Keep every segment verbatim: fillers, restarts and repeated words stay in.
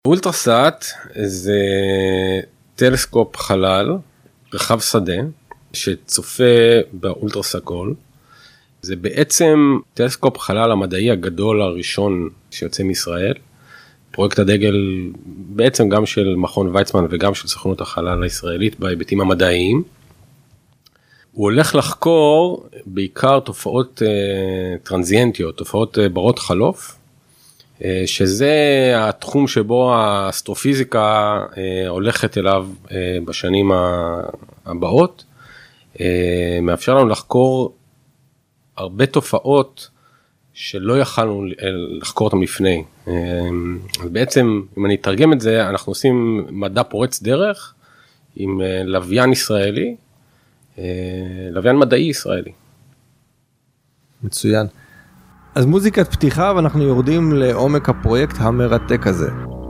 אולטרסאט זה טלסקופ חלל רחב שדה שצופה באולטרסגול. זה בעצם טלסקופ חלל המדעי הגדול הראשון שיוצא מישראל. פרויקט הדגל בעצם גם של מכון ויצמן וגם של סוכנות החלל הישראלית בהיבטים המדעיים. הוא הולך לחקור בעיקר תופעות אה, טרנזיאנטיות, תופעות אה, ברות חלוף, אה, שזה התחום שבו האסטרופיזיקה אה, הולכת אליו אה, בשנים הבאות. אה, מאפשר לנו לחקור הרבה תופעות שלא יכלנו לחקור אותם לפני. אה, אז בעצם, אם אני אתרגם את זה, אנחנו עושים מדע פורץ דרך עם אה, לוויין ישראלי, לוויין מדעי ישראלי. מצוין. אז מוזיקת פתיחה ואנחנו יורדים לעומק הפרויקט המרתק הזה.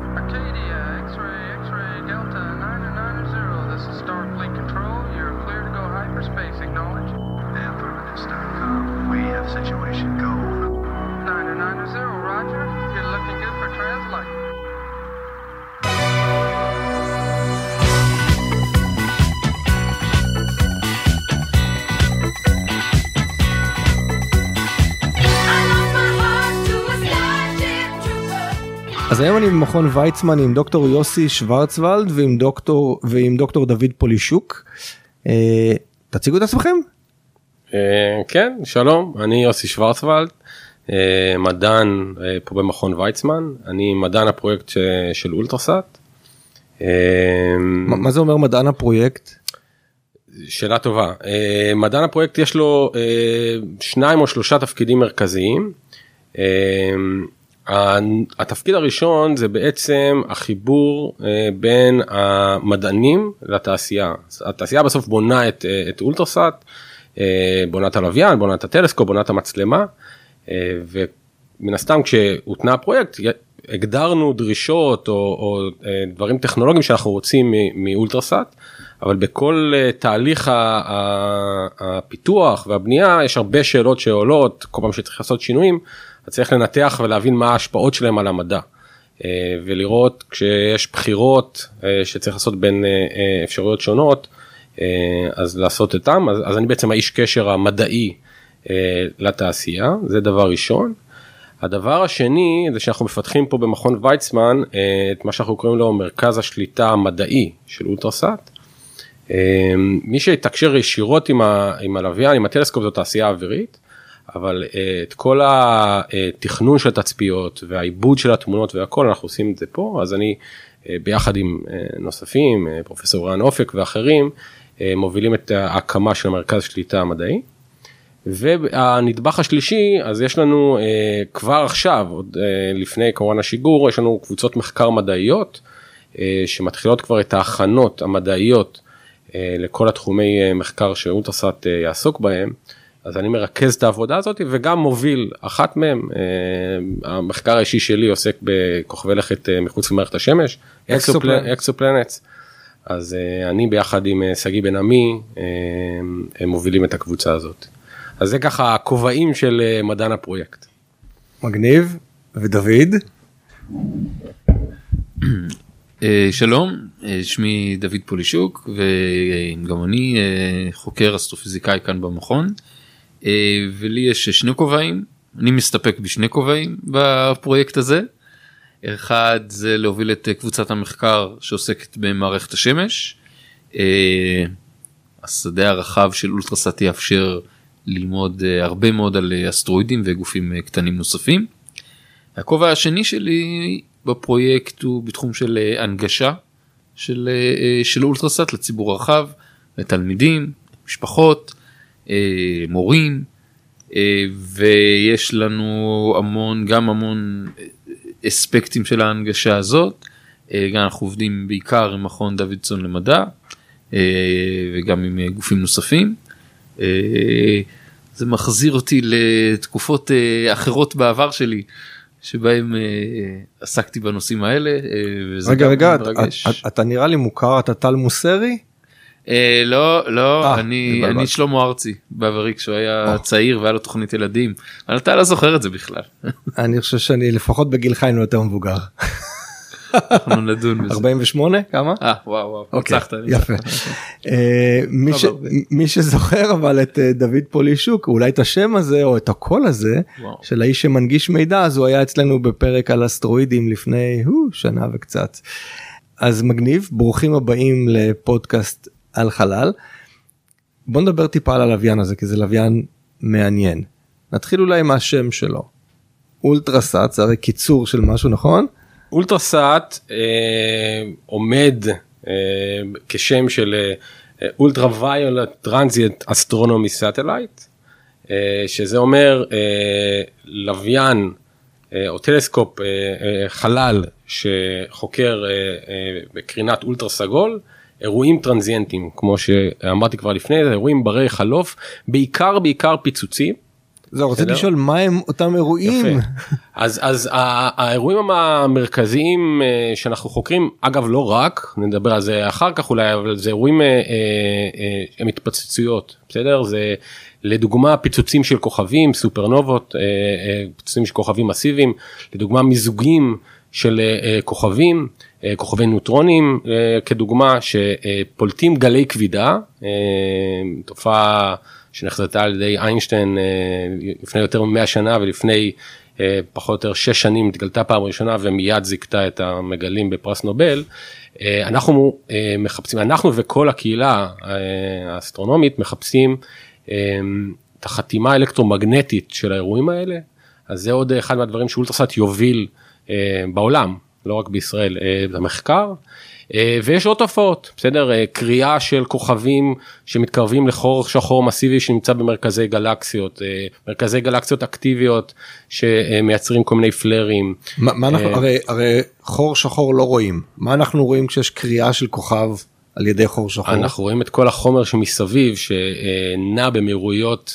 אז היום אני במכון ויצמן עם דוקטור יוסי שוורצוולד ועם דוקטור, ועם דוקטור דוד פולישוק. אה, תציגו את עצמכם? אה, כן, שלום, אני יוסי שוורצוולד, אה, מדען אה, פה במכון ויצמן, אני מדען הפרויקט ש, של אולטרסאט. אה, מה, מה זה אומר מדען הפרויקט? שאלה טובה. אה, מדען הפרויקט יש לו אה, שניים או שלושה תפקידים מרכזיים. אה, התפקיד הראשון זה בעצם החיבור בין המדענים לתעשייה. התעשייה בסוף בונה את, את אולטרסאט, בונה את הלוויין, בונה את הטלסקופ, בונה את המצלמה, ומן הסתם כשהותנה הפרויקט, הגדרנו דרישות או, או דברים טכנולוגיים שאנחנו רוצים מאולטרסאט, אבל בכל תהליך הפיתוח והבנייה יש הרבה שאלות שעולות, כל פעם שצריך לעשות שינויים, אז צריך לנתח ולהבין מה ההשפעות שלהם על המדע, ולראות כשיש בחירות שצריך לעשות בין אפשרויות שונות, אז לעשות אותם. אז, אז אני בעצם האיש קשר המדעי לתעשייה, זה דבר ראשון. הדבר השני זה שאנחנו מפתחים פה במכון ויצמן את מה שאנחנו קוראים לו מרכז השליטה המדעי של אולטרסאט. מי שיתקשר ישירות עם, ה, עם הלוויין, עם הטלסקופ, זו תעשייה אווירית, אבל את כל התכנון של התצפיות והעיבוד של התמונות והכל אנחנו עושים את זה פה. אז אני ביחד עם נוספים, פרופסור רן אופק ואחרים, מובילים את ההקמה של המרכז שליטה המדעי. והנדבך השלישי, אז יש לנו כבר עכשיו, עוד לפני כמובן השיגור, יש לנו קבוצות מחקר מדעיות, שמתחילות כבר את ההכנות המדעיות לכל התחומי מחקר שאולטרסאט יעסוק בהם. אז אני מרכז את העבודה הזאת וגם מוביל אחת מהם. המחקר האישי שלי עוסק בכוכבי לכת מחוץ למערכת השמש, אקסופלנטס. אז אני ביחד עם סגי בן עמי הם מובילים את הקבוצה הזאת. אז זה ככה הכובעים של מדען הפרויקט. מגניב. ודוד? שלום, שמי דוד פולישוק וגם אני חוקר אסטרופיזיקאי כאן במכון. ולי יש שני כובעים, אני מסתפק בשני כובעים בפרויקט הזה. אחד זה להוביל את קבוצת המחקר שעוסקת במערכת השמש. השדה הרחב של אולטרסאט יאפשר ללמוד הרבה מאוד על אסטרואידים וגופים קטנים נוספים. הכובע השני שלי בפרויקט הוא בתחום של הנגשה של, של אולטרסאט לציבור הרחב, לתלמידים, משפחות, מורים, ויש לנו המון, גם המון אספקטים של ההנגשה הזאת. גם אנחנו עובדים בעיקר עם מכון דוידסון למדע, וגם עם גופים נוספים. זה מחזיר אותי לתקופות אחרות בעבר שלי, שבהם עסקתי בנושאים האלה. רגע, רגע, אתה נראה לי מוכר, אתה טל מוסרי? לא, לא, אני שלמה ארצי בעברי כשהוא היה צעיר והיה לו תוכנית ילדים, אבל אתה לא זוכר את זה בכלל. אני חושב שאני לפחות בגילך היינו יותר מבוגר. אנחנו נדון בזה. ארבעים ושמונה כמה? אה וואו וואו. אוקיי, הצלחת. יפה. מי שזוכר אבל את דוד פולישוק, אולי את השם הזה או את הקול הזה של האיש שמנגיש מידע, אז הוא היה אצלנו בפרק על אסטרואידים לפני שנה וקצת. אז מגניב, ברוכים הבאים לפודקאסט על חלל. בוא נדבר טיפה על הלוויין הזה, כי זה לוויין מעניין. נתחיל אולי מהשם שלו. אולטרסאט, זה הרי קיצור של משהו, נכון? אולטרסאט אה, עומד אה, כשם של אולטרה ויולט טרנזיט אסטרונומי סאטלייט, אה, שזה אומר אה, לוויין אה, או טלסקופ אה, אה, חלל שחוקר אה, אה, בקרינת אולטרה סגול, אירועים טרנזיאנטיים, כמו שאמרתי כבר לפני, זה אירועים ברי חלוף, בעיקר בעיקר פיצוצים. זהו, רציתי לשאול מה הם אותם אירועים. יפה. אז, אז האירועים המרכזיים שאנחנו חוקרים, אגב לא רק, נדבר על זה אחר כך אולי, אבל זה אירועים, הם התפוצצויות, בסדר? זה לדוגמה פיצוצים של כוכבים, סופרנובות, פיצוצים של כוכבים מסיביים, לדוגמה מיזוגים של כוכבים, כוכבי נוטרונים כדוגמה, שפולטים גלי כבידה, תופעה שנחזתה על ידי איינשטיין לפני יותר מ-מאה שנה, ולפני פחות או יותר שש שנים התגלתה פעם ראשונה ומיד זיקתה את המגלים בפרס נובל. אנחנו מחפשים, אנחנו וכל הקהילה האסטרונומית מחפשים את החתימה האלקטרומגנטית של האירועים האלה, אז זה עוד אחד מהדברים שאולטרסאט יוביל בעולם, לא רק בישראל, במחקר. ויש עוד תופעות, בסדר? קריאה של כוכבים שמתקרבים לחור שחור מסיבי שנמצא במרכזי גלקסיות, מרכזי גלקסיות אקטיביות שמייצרים כל מיני פלרים. מה, מה אנחנו, הרי, הרי חור שחור לא רואים, מה אנחנו רואים כשיש קריאה של כוכב על ידי חור שחור? אנחנו רואים את כל החומר שמסביב שנע במהירויות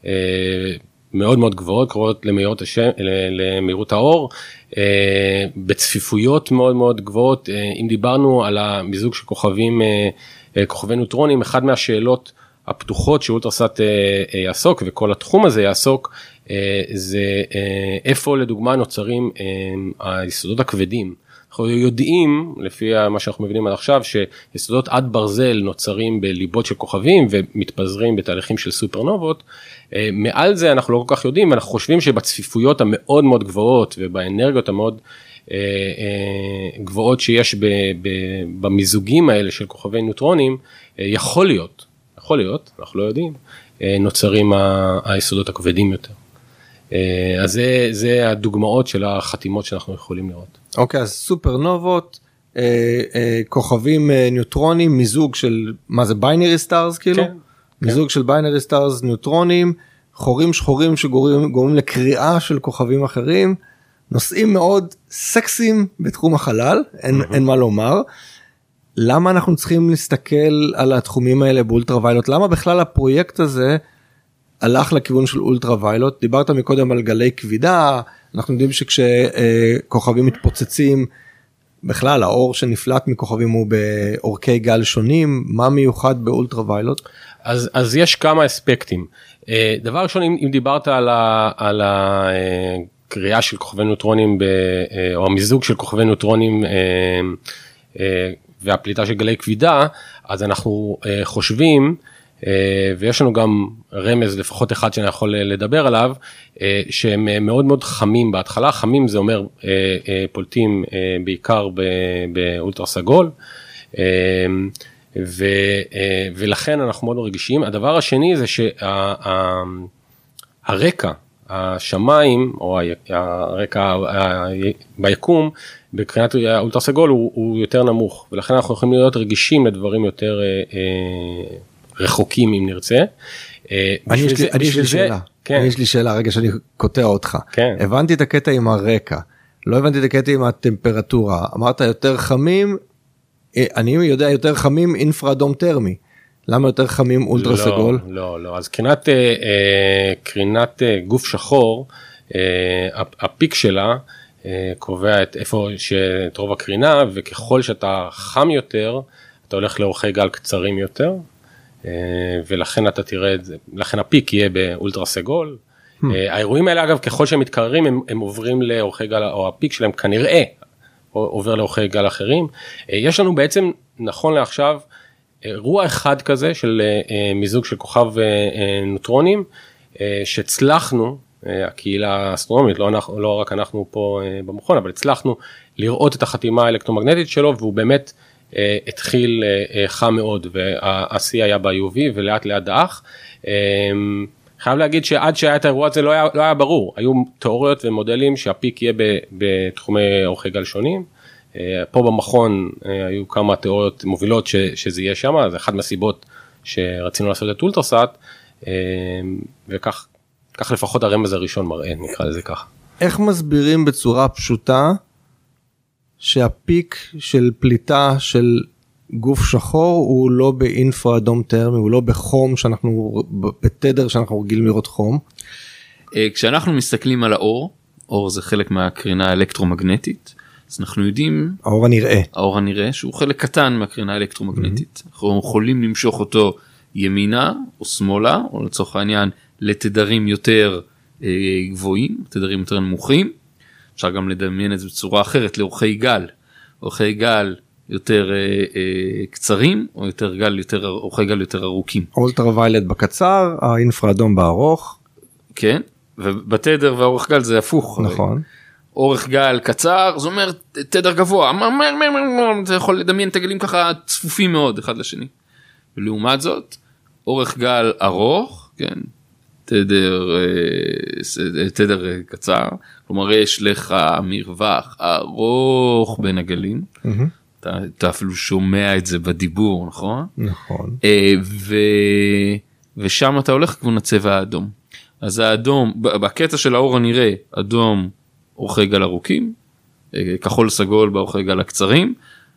מאוד מאוד גבוהות, קרובות למהירות השם, למהירות האור, בצפיפויות מאוד מאוד גבוהות. אם דיברנו על המיזוג של כוכבים, כוכבי נוטרונים, אחד מהשאלות הפתוחות שאולטרסאט יעסוק, וכל התחום הזה יעסוק, זה איפה לדוגמה נוצרים היסודות הכבדים. אנחנו יודעים, לפי מה שאנחנו מבינים עד עכשיו, שיסודות עד ברזל נוצרים בליבות של כוכבים ומתפזרים בתהליכים של סופרנובות. מעל זה אנחנו לא כל כך יודעים, אנחנו חושבים שבצפיפויות המאוד מאוד גבוהות ובאנרגיות המאוד גבוהות שיש במיזוגים האלה של כוכבי נוטרונים, יכול להיות, יכול להיות, אנחנו לא יודעים, נוצרים היסודות הכבדים יותר. אז זה, זה הדוגמאות של החתימות שאנחנו יכולים לראות. אוקיי, אז סופרנובות, אה, אה, כוכבים אה, ניוטרונים, מיזוג של, מה זה, ביינרי סטארס כאילו? כן. מיזוג כן. של ביינרי סטארס, ניוטרונים, חורים שחורים שגורמים גורמים לקריאה של כוכבים אחרים, נושאים מאוד סקסיים בתחום החלל, אין, mm-hmm. אין מה לומר. למה אנחנו צריכים להסתכל על התחומים האלה באולטרה ויילוט? למה בכלל הפרויקט הזה הלך לכיוון של אולטרה ויילוט? דיברת מקודם על גלי כבידה, אנחנו יודעים שכשכוכבים מתפוצצים, בכלל האור שנפלט מכוכבים הוא באורכי גל שונים, מה מיוחד באולטרה ויילוט? אז, אז יש כמה אספקטים. דבר ראשון, אם, אם דיברת על, ה, על הקריאה של כוכבי נוטרונים, ב, או המיזוג של כוכבי נוטרונים והפליטה של גלי כבידה, אז אנחנו חושבים, ויש לנו גם רמז לפחות אחד שאני יכול לדבר עליו, שהם מאוד מאוד חמים בהתחלה. חמים זה אומר פולטים בעיקר באולטרה סגול, ולכן אנחנו מאוד רגישים. הדבר השני זה שהרקע, השמיים או הרקע ביקום בקרינת האולטרה סגול הוא יותר נמוך, ולכן אנחנו יכולים להיות רגישים לדברים יותר רחוקים אם נרצה. יש לי שאלה, יש לי שאלה, רגע שאני קוטע אותך. הבנתי את הקטע עם הרקע, לא הבנתי את הקטע עם הטמפרטורה. אמרת יותר חמים, אני יודע יותר חמים אינפרה-אדום טרמי. למה יותר חמים אולטרה סגול? לא, לא, אז קרינת, קרינת גוף שחור, הפיק שלה קובע את איפה שאת רוב הקרינה, וככל שאתה חם יותר, אתה הולך לאורכי גל קצרים יותר, ולכן אתה תראה את זה, לכן הפיק יהיה באולטרה סגול. האירועים האלה אגב ככל שהם מתקררים הם, הם עוברים לאורכי גל, או הפיק שלהם כנראה עובר לאורכי גל אחרים. יש לנו בעצם נכון לעכשיו אירוע אחד כזה של מיזוג של כוכב נוטרונים, שהצלחנו, הקהילה האסטרונומית, לא, אנחנו, לא רק אנחנו פה במכון, אבל הצלחנו לראות את החתימה האלקטרומגנטית שלו, והוא באמת התחיל חם מאוד, וה-C היה ב-יו וי ולאט לאט דאח. חייב להגיד שעד שהיה את האירוע הזה לא היה, לא היה ברור, היו תיאוריות ומודלים שהפיק יהיה בתחומי אורכי גל שונים, פה במכון היו כמה תיאוריות מובילות ש, שזה יהיה שם, זה אחת מהסיבות שרצינו לעשות את אולטרסאט, וכך כך לפחות הרמז הראשון מראה, נקרא לזה ככה. איך מסבירים בצורה פשוטה שהפיק של פליטה של גוף שחור הוא לא באינפרה אדום טרמי, הוא לא בחום שאנחנו, בתדר שאנחנו רגילים לראות חום? כשאנחנו מסתכלים על האור, אור זה חלק מהקרינה האלקטרומגנטית, אז אנחנו יודעים, האור הנראה, האור הנראה שהוא חלק קטן מהקרינה האלקטרומגנטית, אנחנו יכולים למשוך אותו ימינה או שמאלה, או לצורך העניין לתדרים יותר אה, גבוהים, תדרים יותר נמוכים, אפשר גם לדמיין את זה בצורה אחרת, לאורכי גל, אורכי גל יותר אה, אה, קצרים, או יותר גל יותר, אורכי גל יותר ארוכים. אולטרה ויילט בקצר, האינפרה אדום בארוך. כן, ובתדר והאורך גל זה הפוך. נכון. אורך גל קצר, זאת אומרת תדר גבוה, אתה יכול לדמיין את הגלים ככה צפופים מאוד אחד לשני. ולעומת זאת, אורך גל ארוך, כן, תדר, תדר קצר, כלומר יש לך מרווח ארוך בין הגלים, אתה, אתה אפילו שומע את זה בדיבור, נכון? נכון. ו, ושם אתה הולך לכיוון הצבע האדום. אז האדום, בקטע של האור הנראה, אדום אורכי גל ארוכים, כחול סגול באורכי גל הקצרים,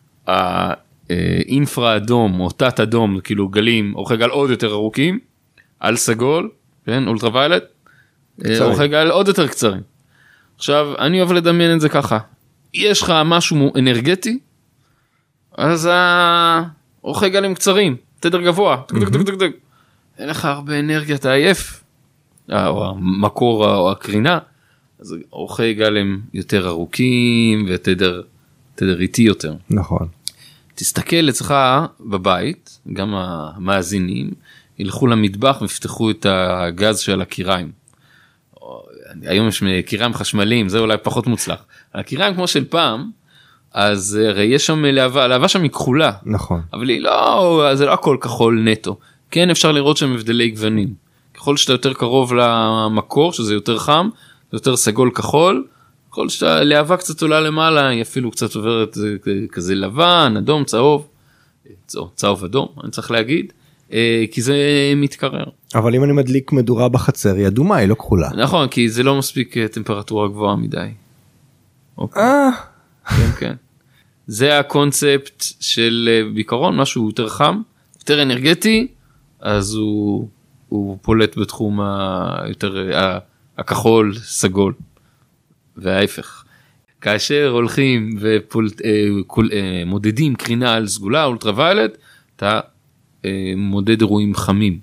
האינפרה אדום או תת אדום, כאילו גלים, אורכי גל עוד יותר ארוכים, על סגול, כן, אולטרה ויילט, אורכי גל עוד יותר קצרים. עכשיו, אני אוהב לדמיין את זה ככה, יש לך משהו אנרגטי, אז האורכי גלים קצרים, תדר גבוה, אין לך הרבה אנרגיה, אתה עייף, או המקור או הקרינה, אז אורכי גל הם יותר ארוכים ותדר תדר איטי יותר. נכון. תסתכל אצלך בבית, גם המאזינים, ילכו למטבח ויפתחו את הגז של הקיריים. היום יש קיריים חשמליים, זה אולי פחות מוצלח. הקיריים כמו של פעם, אז הרי יש שם להבה, להבה שם היא כחולה. נכון. אבל היא לא, זה לא הכל כחול נטו. כן אפשר לראות שם הבדלי גוונים. ככל שאתה יותר קרוב למקור, שזה יותר חם, זה יותר סגול כחול, ככל שאתה להבה קצת עולה למעלה, היא אפילו קצת עוברת כזה לבן, אדום, צהוב, צהוב אדום, אני צריך להגיד, כי זה מתקרר. אבל אם אני מדליק מדורה בחצר, היא אדומה, היא לא כחולה. נכון, כי זה לא מספיק טמפרטורה גבוהה מדי. אה. כן, כן. זה הקונספט של בעיקרון, משהו יותר חם, יותר אנרגטי, אז הוא, הוא פולט בתחום היותר, הכחול סגול, וההפך. כאשר הולכים ומודדים קרינה על סגולה, אולטרה ויילט, אתה מודד אירועים חמים.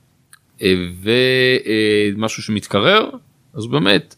ומשהו שמתקרר, אז באמת,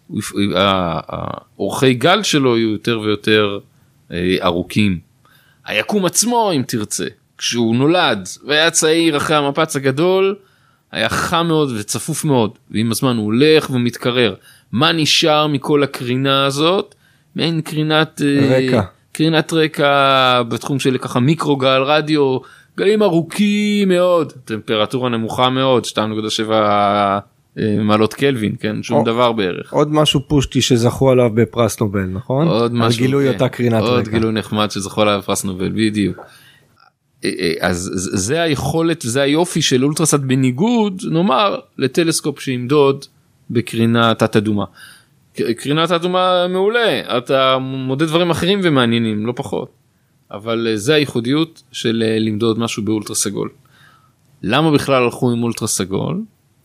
האורכי גל שלו יהיו יותר ויותר ארוכים. היקום עצמו, אם תרצה, כשהוא נולד והיה צעיר אחרי המפץ הגדול, היה חם מאוד וצפוף מאוד, ועם הזמן הוא הולך ומתקרר. מה נשאר מכל הקרינה הזאת? מעין קרינת רקע. קרינת רקע בתחום של ככה מיקרוגל, רדיו, גלים ארוכים מאוד, טמפרטורה נמוכה מאוד, שתיים נקודה שבע מעלות קלווין, כן? שום או, דבר בערך. עוד משהו פושטי שזכו עליו בפרס נובל, נכון? עוד משהו, על גילוי כן. אותה קרינת עוד רקע. עוד גילוי נחמד שזכו עליו בפרס נובל, בדיוק. אז זה היכולת, זה היופי של אולטרסאט בניגוד, נאמר, לטלסקופ שימדוד בקרינה תת אדומה. קרינה תת אדומה מעולה, אתה מודד דברים אחרים ומעניינים, לא פחות. אבל זה הייחודיות של למדוד משהו באולטרה סגול. למה בכלל הלכו עם אולטרה סגול?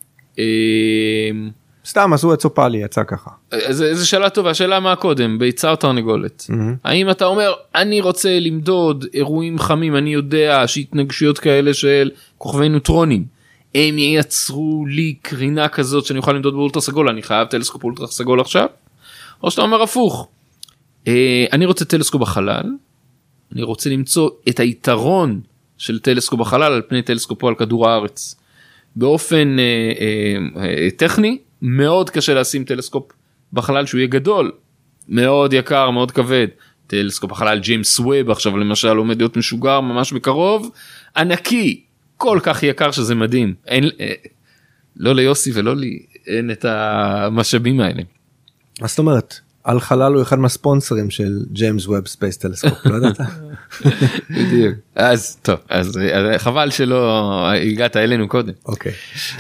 סתם עשו את סופלי, יצא ככה. איזה שאלה טובה, השאלה מה קודם, ביצה או תרנגולת. האם אתה אומר, אני רוצה למדוד אירועים חמים, אני יודע שהתנגשויות כאלה של כוכבי נוטרונים, הם ייצרו לי קרינה כזאת שאני אוכל למדוד באולטרה סגול, אני חייב טלסקופ אולטרה סגול עכשיו? או שאתה אומר הפוך, אני רוצה טלסקופ בחלל, אני רוצה למצוא את היתרון של טלסקופ בחלל על פני טלסקופ פה על כדור הארץ. באופן אה, אה, טכני, מאוד קשה לשים טלסקופ בחלל שהוא יהיה גדול, מאוד יקר, מאוד כבד. טלסקופ בחלל ג'יימס ווב עכשיו למשל עומד להיות משוגר ממש בקרוב, ענקי, כל כך יקר שזה מדהים. אין, אה, לא ליוסי ולא לי, אין את המשאבים האלה. מה זאת אומרת? על חלל הוא אחד מהספונסרים של ג'יימס ווב ספייס טלסקופ, לא יודעת? בדיוק. אז טוב, אז חבל שלא הגעת אלינו קודם. אוקיי.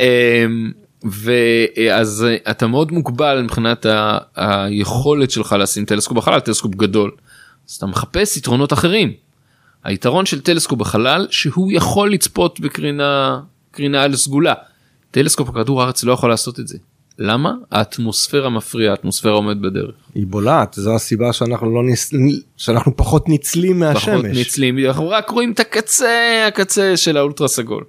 ואז אתה מאוד מוגבל מבחינת היכולת שלך לשים טלסקופ בחלל, טלסקופ גדול. אז אתה מחפש יתרונות אחרים. היתרון של טלסקופ בחלל שהוא יכול לצפות בקרינה, קרינה על סגולה. טלסקופ הכדור הארץ לא יכול לעשות את זה. למה? האטמוספירה מפריעה, האטמוספירה עומד בדרך. היא בולעת, זו הסיבה שאנחנו לא נס... שאנחנו פחות ניצלים מהשמש. פחות ניצלים, אנחנו רק רואים את הקצה, הקצה של האולטרה סגול.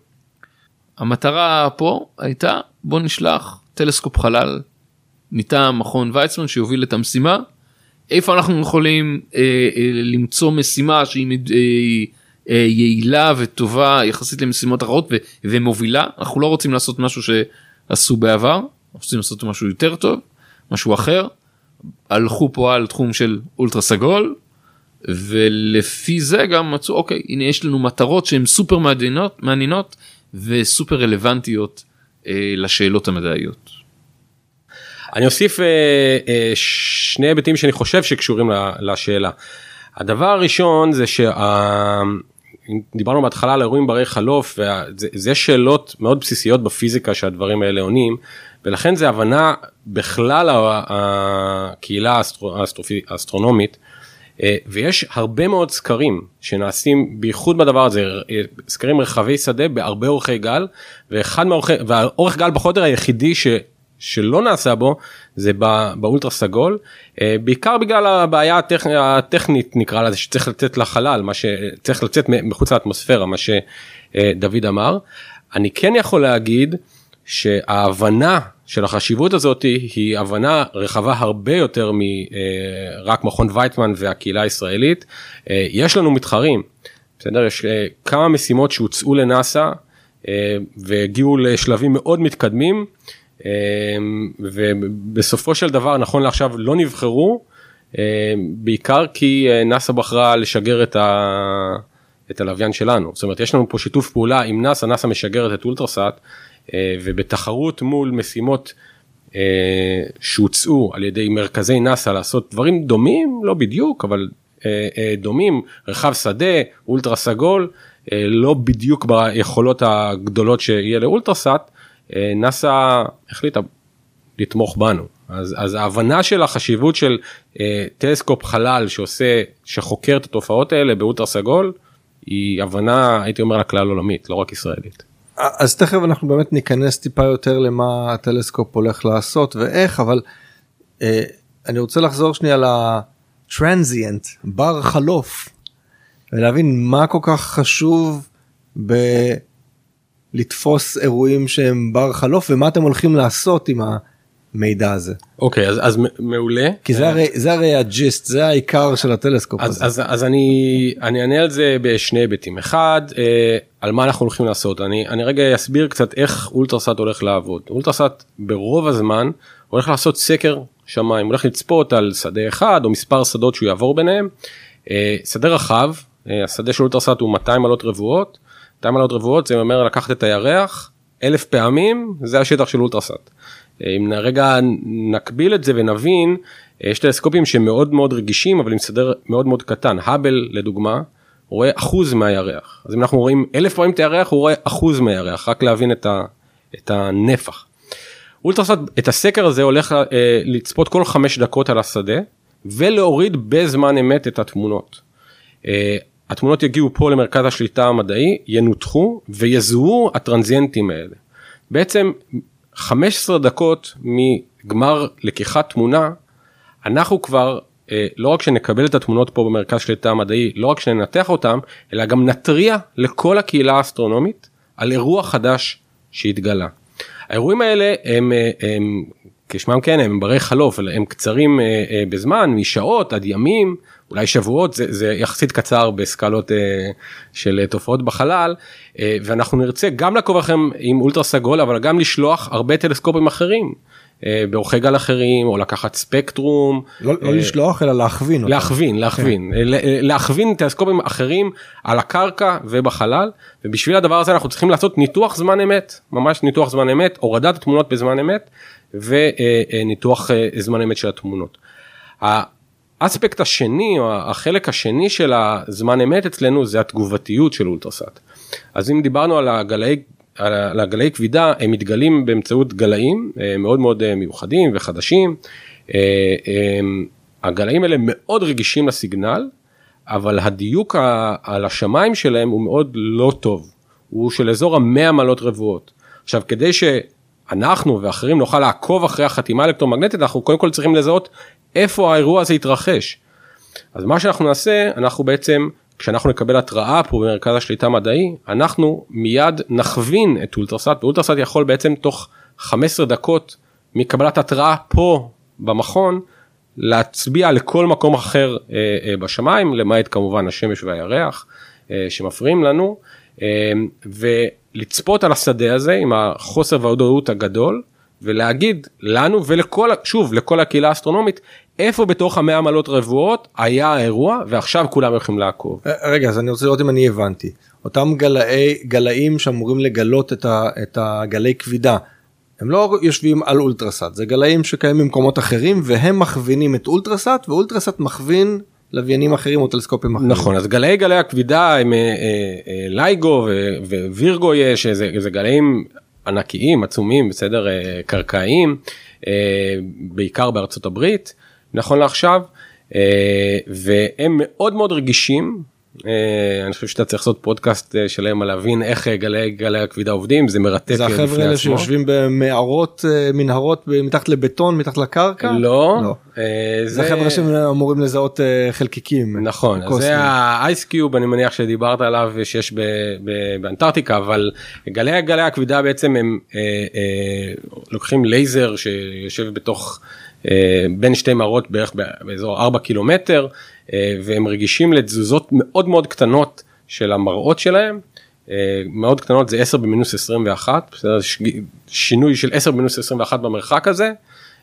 המטרה פה הייתה, בוא נשלח טלסקופ חלל מטעם מכון ויצמן שיוביל את המשימה. איפה אנחנו יכולים אה, אה, למצוא משימה שהיא אה, אה, יעילה וטובה יחסית למשימות אחרות ו- ומובילה. אנחנו לא רוצים לעשות משהו שעשו בעבר. אנחנו רוצים לעשות משהו יותר טוב, משהו אחר, הלכו פה על תחום של אולטרה סגול, ולפי זה גם מצאו, אוקיי, הנה יש לנו מטרות שהן סופר מעניינות, מעניינות וסופר רלוונטיות אה, לשאלות המדעיות. אני אוסיף אה, אה, שני היבטים שאני חושב שקשורים לשאלה. הדבר הראשון זה שה... דיברנו בהתחלה על אירועים ברי חלוף, וזה שאלות מאוד בסיסיות בפיזיקה שהדברים האלה עונים, ולכן זה הבנה בכלל הקהילה האסטרונומית, ויש הרבה מאוד סקרים שנעשים בייחוד בדבר הזה, סקרים רחבי שדה בהרבה אורכי גל, ואחד מהאורכי, והאורך גל בחודר היחידי ש... שלא נעשה בו, זה באולטרה סגול, בעיקר בגלל הבעיה הטכ... הטכנית נקרא לזה, שצריך לצאת לחלל, מה שצריך לצאת מחוץ לאטמוספירה, מה שדוד אמר. אני כן יכול להגיד, שההבנה של החשיבות הזאת, היא הבנה רחבה הרבה יותר מרק מכון ויצמן והקהילה הישראלית. יש לנו מתחרים, בסדר? יש כמה משימות שהוצאו לנאסא, והגיעו לשלבים מאוד מתקדמים, ובסופו של דבר נכון לעכשיו לא נבחרו, בעיקר כי נאסא בחרה לשגר את, ה... את הלוויין שלנו. זאת אומרת, יש לנו פה שיתוף פעולה עם נאסא, נאסא משגרת את אולטרסאט, ובתחרות מול משימות שהוצאו על ידי מרכזי נאסא לעשות דברים דומים, לא בדיוק, אבל דומים, רחב שדה, אולטרה סגול, לא בדיוק ביכולות הגדולות שיהיה לאולטרסאט, נאסא החליטה לתמוך בנו. אז, אז ההבנה של החשיבות של אה, טלסקופ חלל שעושה, שחוקר את התופעות האלה באולטרה סגול, היא הבנה, הייתי אומר, הכלל עולמית, לא רק ישראלית. אז תכף אנחנו באמת ניכנס טיפה יותר למה הטלסקופ הולך לעשות ואיך, אבל אה, אני רוצה לחזור שנייה לטרנזיאנט, בר חלוף, ולהבין מה כל כך חשוב ב... לתפוס אירועים שהם בר חלוף, ומה אתם הולכים לעשות עם המידע הזה. אוקיי, אז, אז מעולה. כי זה הרי, זה הרי הג'יסט, זה העיקר של הטלסקופ אז, הזה. אז, אז אני, אני אענה על זה בשני היבטים. אחד, אה, על מה אנחנו הולכים לעשות. אני, אני רגע אסביר קצת איך אולטרסאט הולך לעבוד. אולטרסאט ברוב הזמן הולך לעשות סקר שמיים, הולך לצפות על שדה אחד או מספר שדות שהוא יעבור ביניהם. אה, שדה רחב, אה, השדה של אולטרסאט הוא מאתיים מעלות רבועות, מאתיים מעלות רבועות זה אומר לקחת את הירח אלף פעמים, זה השטח של אולטרסאט. אם רגע נקביל את זה ונבין, יש טלסקופים שמאוד מאוד רגישים, אבל עם סדר מאוד מאוד קטן. האבל לדוגמה, הוא רואה אחוז מהירח. אז אם אנחנו רואים אלף פעמים את הירח, הוא רואה אחוז מהירח, רק להבין את, ה, את הנפח. אולטרסאט, את הסקר הזה הולך אה, לצפות כל חמש דקות על השדה, ולהוריד בזמן אמת את התמונות. אה, התמונות יגיעו פה למרכז השליטה המדעי, ינותחו ויזוהו הטרנזיאנטים האלה. בעצם חמש עשרה דקות מגמר לקיחת תמונה, אנחנו כבר אה, לא רק שנקבל את התמונות פה במרכז שליטה המדעי, לא רק שננתח אותם, אלא גם נטריע לכל הקהילה האסטרונומית על אירוע חדש שהתגלה. האירועים האלה הם, הם כשמם כן, הם ברי חלוף, הם קצרים בזמן, משעות עד ימים, אולי שבועות, זה, זה יחסית קצר בסקלות של תופעות בחלל, ואנחנו נרצה גם לעקוב אחריהם עם אולטרה סגול, אבל גם לשלוח הרבה טלסקופים אחרים, באורכי גל אחרים, או לקחת ספקטרום. לא, לא לשלוח, אלא להכווין. להכווין, להכווין. להכווין טלסקופים אחרים על הקרקע ובחלל, ובשביל הדבר הזה אנחנו צריכים לעשות ניתוח זמן אמת, ממש ניתוח זמן אמת, הורדת התמונות בזמן אמת, וניתוח זמן אמת של התמונות. האספקט השני, או החלק השני של הזמן אמת אצלנו, זה התגובתיות של אולטרסאט. אז אם דיברנו על הגלאי, על הגלאי כבידה, הם מתגלים באמצעות גלאים מאוד מאוד מיוחדים וחדשים. הגלאים האלה מאוד רגישים לסיגנל, אבל הדיוק על השמיים שלהם הוא מאוד לא טוב. הוא של אזור המאה מעלות רבועות. עכשיו, כדי שאנחנו ואחרים נוכל לעקוב אחרי החתימה האלקטרומגנטית, אנחנו קודם כל צריכים לזהות איפה האירוע הזה יתרחש. אז מה שאנחנו נעשה, אנחנו בעצם, כשאנחנו נקבל התראה פה במרכז השליטה המדעי, אנחנו מיד נכווין את אולטרסאט, ואולטרסאט יכול בעצם תוך חמש עשרה דקות מקבלת התראה פה במכון, להצביע לכל מקום אחר אה, אה, בשמיים, למעט כמובן השמש והירח אה, שמפריעים לנו, אה, ולצפות על השדה הזה עם החוסר והודעות הגדול, ולהגיד לנו ולכל, שוב, לכל הקהילה האסטרונומית, איפה בתוך המאה מעלות רבועות היה האירוע, ועכשיו כולם יכולים לעקוב. רגע, אז אני רוצה לראות אם אני הבנתי. אותם גלאי, גלאים שאמורים לגלות את, ה, את הגלי כבידה, הם לא יושבים על אולטרסאט, זה גלאים שקיימים במקומות אחרים, והם מכווינים את אולטרסאט, ואולטרסאט מכווין לוויינים אחרים או טלסקופים אחרים. נכון, אז גלאי גלי הכבידה הם אה, אה, לייגו ווירגו יש, זה, זה גלאים ענקיים, עצומים, בסדר, אה, קרקעיים, אה, בעיקר בארצות הברית, נכון לעכשיו, אה, והם מאוד מאוד רגישים, אני חושב שאתה צריך לעשות פודקאסט שלהם על להבין איך גלי גלי הכבידה עובדים, זה מרתק. זה החבר'ה האלה שיושבים במערות, מנהרות מתחת לבטון, מתחת לקרקע? לא. זה חבר'ה שאמורים לזהות חלקיקים. נכון, זה האייס קיוב, אני מניח שדיברת עליו שיש באנטארקטיקה, אבל גלי גלי הכבידה בעצם הם לוקחים לייזר שיושב בתוך בין שתי מערות בערך באזור ארבע קילומטר, והם רגישים לתזוזות מאוד מאוד קטנות של המראות שלהם, מאוד קטנות זה עשר במינוס עשרים ואחת, שינוי של עשר במינוס עשרים ואחת במרחק הזה,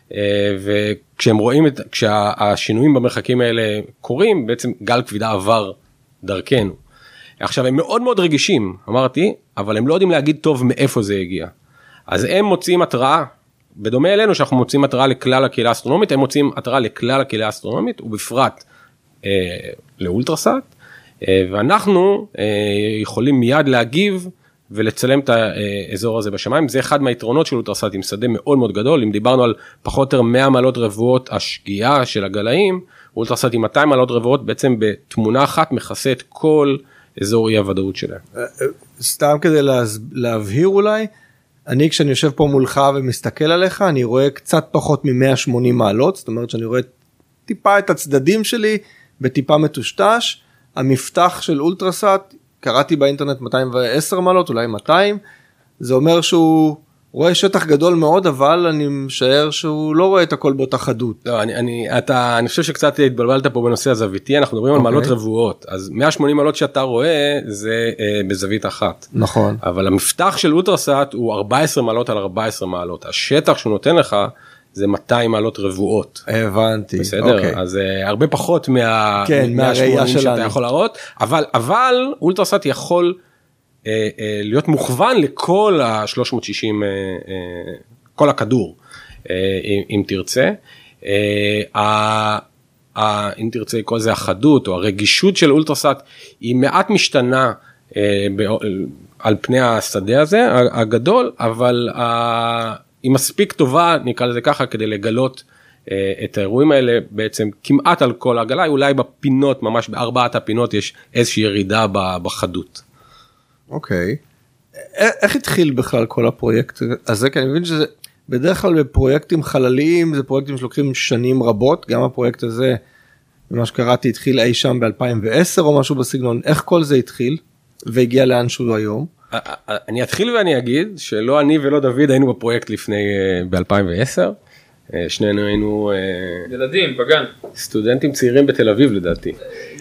וכשהם רואים את, כשהשינויים במרחקים האלה קורים, בעצם גל כבידה עבר דרכנו. עכשיו הם מאוד מאוד רגישים, אמרתי, אבל הם לא יודעים להגיד טוב מאיפה זה הגיע. אז הם מוצאים התראה, בדומה אלינו שאנחנו מוצאים התראה לכלל הקהילה האסטרונומית, הם מוצאים התראה לכלל הקהילה האסטרונומית, ובפרט אה, לאולטרסאט, אה, ואנחנו אה, יכולים מיד להגיב ולצלם את האזור הזה בשמיים. זה אחד מהיתרונות של אולטרסאט עם שדה מאוד מאוד גדול. אם דיברנו על פחות או יותר מאה מעלות רבועות השגיאה של הגלאים, אולטרסאט עם מאתיים מעלות רבועות בעצם בתמונה אחת מכסה את כל אזור אי הוודאות שלהם. סתם כדי להבהיר אולי, אני כשאני יושב פה מולך ומסתכל עליך, אני רואה קצת פחות מ-מאה ושמונים מעלות, זאת אומרת שאני רואה טיפה את הצדדים שלי, בטיפה מטושטש, המפתח של אולטרסאט, קראתי באינטרנט מאתיים ועשר מעלות, אולי מאתיים, זה אומר שהוא רואה שטח גדול מאוד, אבל אני משער שהוא לא רואה את הכל באותה חדות. לא, אני, אני, אתה, אני חושב שקצת התבלבלת פה בנושא הזוויתי, אנחנו מדברים okay. על מעלות רבועות, אז מאה ושמונים מעלות שאתה רואה, זה אה, בזווית אחת. נכון. אבל המפתח של אולטרסאט הוא ארבע עשרה מעלות על ארבע עשרה מעלות, השטח שהוא נותן לך, זה מאתיים מעלות רבועות. הבנתי. בסדר, okay. אז uh, הרבה פחות מה... כן, מהראייה שלנו. שאתה יכול להראות, אבל, אבל אולטרסאט יכול uh, uh, להיות מוכוון לכל ה-שלוש מאות ושישים, uh, uh, כל הכדור, uh, אם, אם תרצה. Uh, uh, uh, אם תרצה, כל זה החדות או הרגישות של אולטרסאט, היא מעט משתנה uh, ב, על פני השדה הזה, הגדול, אבל... Uh, היא מספיק טובה, נקרא לזה ככה, כדי לגלות אה, את האירועים האלה, בעצם כמעט על כל הגלה, אולי בפינות, ממש בארבעת הפינות, יש איזושהי ירידה בחדות. אוקיי. איך התחיל בכלל כל הפרויקט הזה? כי אני מבין שזה, בדרך כלל בפרויקטים חלליים, זה פרויקטים שלוקחים שנים רבות, גם הפרויקט הזה, במה שקראתי, התחיל אי שם ב-אלפיים ועשר או משהו בסגנון. איך כל זה התחיל, והגיע לאן שהוא היום? אני אתחיל ואני אגיד שלא אני ולא דוד היינו בפרויקט לפני ב-אלפיים ועשר, שנינו היינו ילדים בגן, סטודנטים צעירים בתל אביב לדעתי.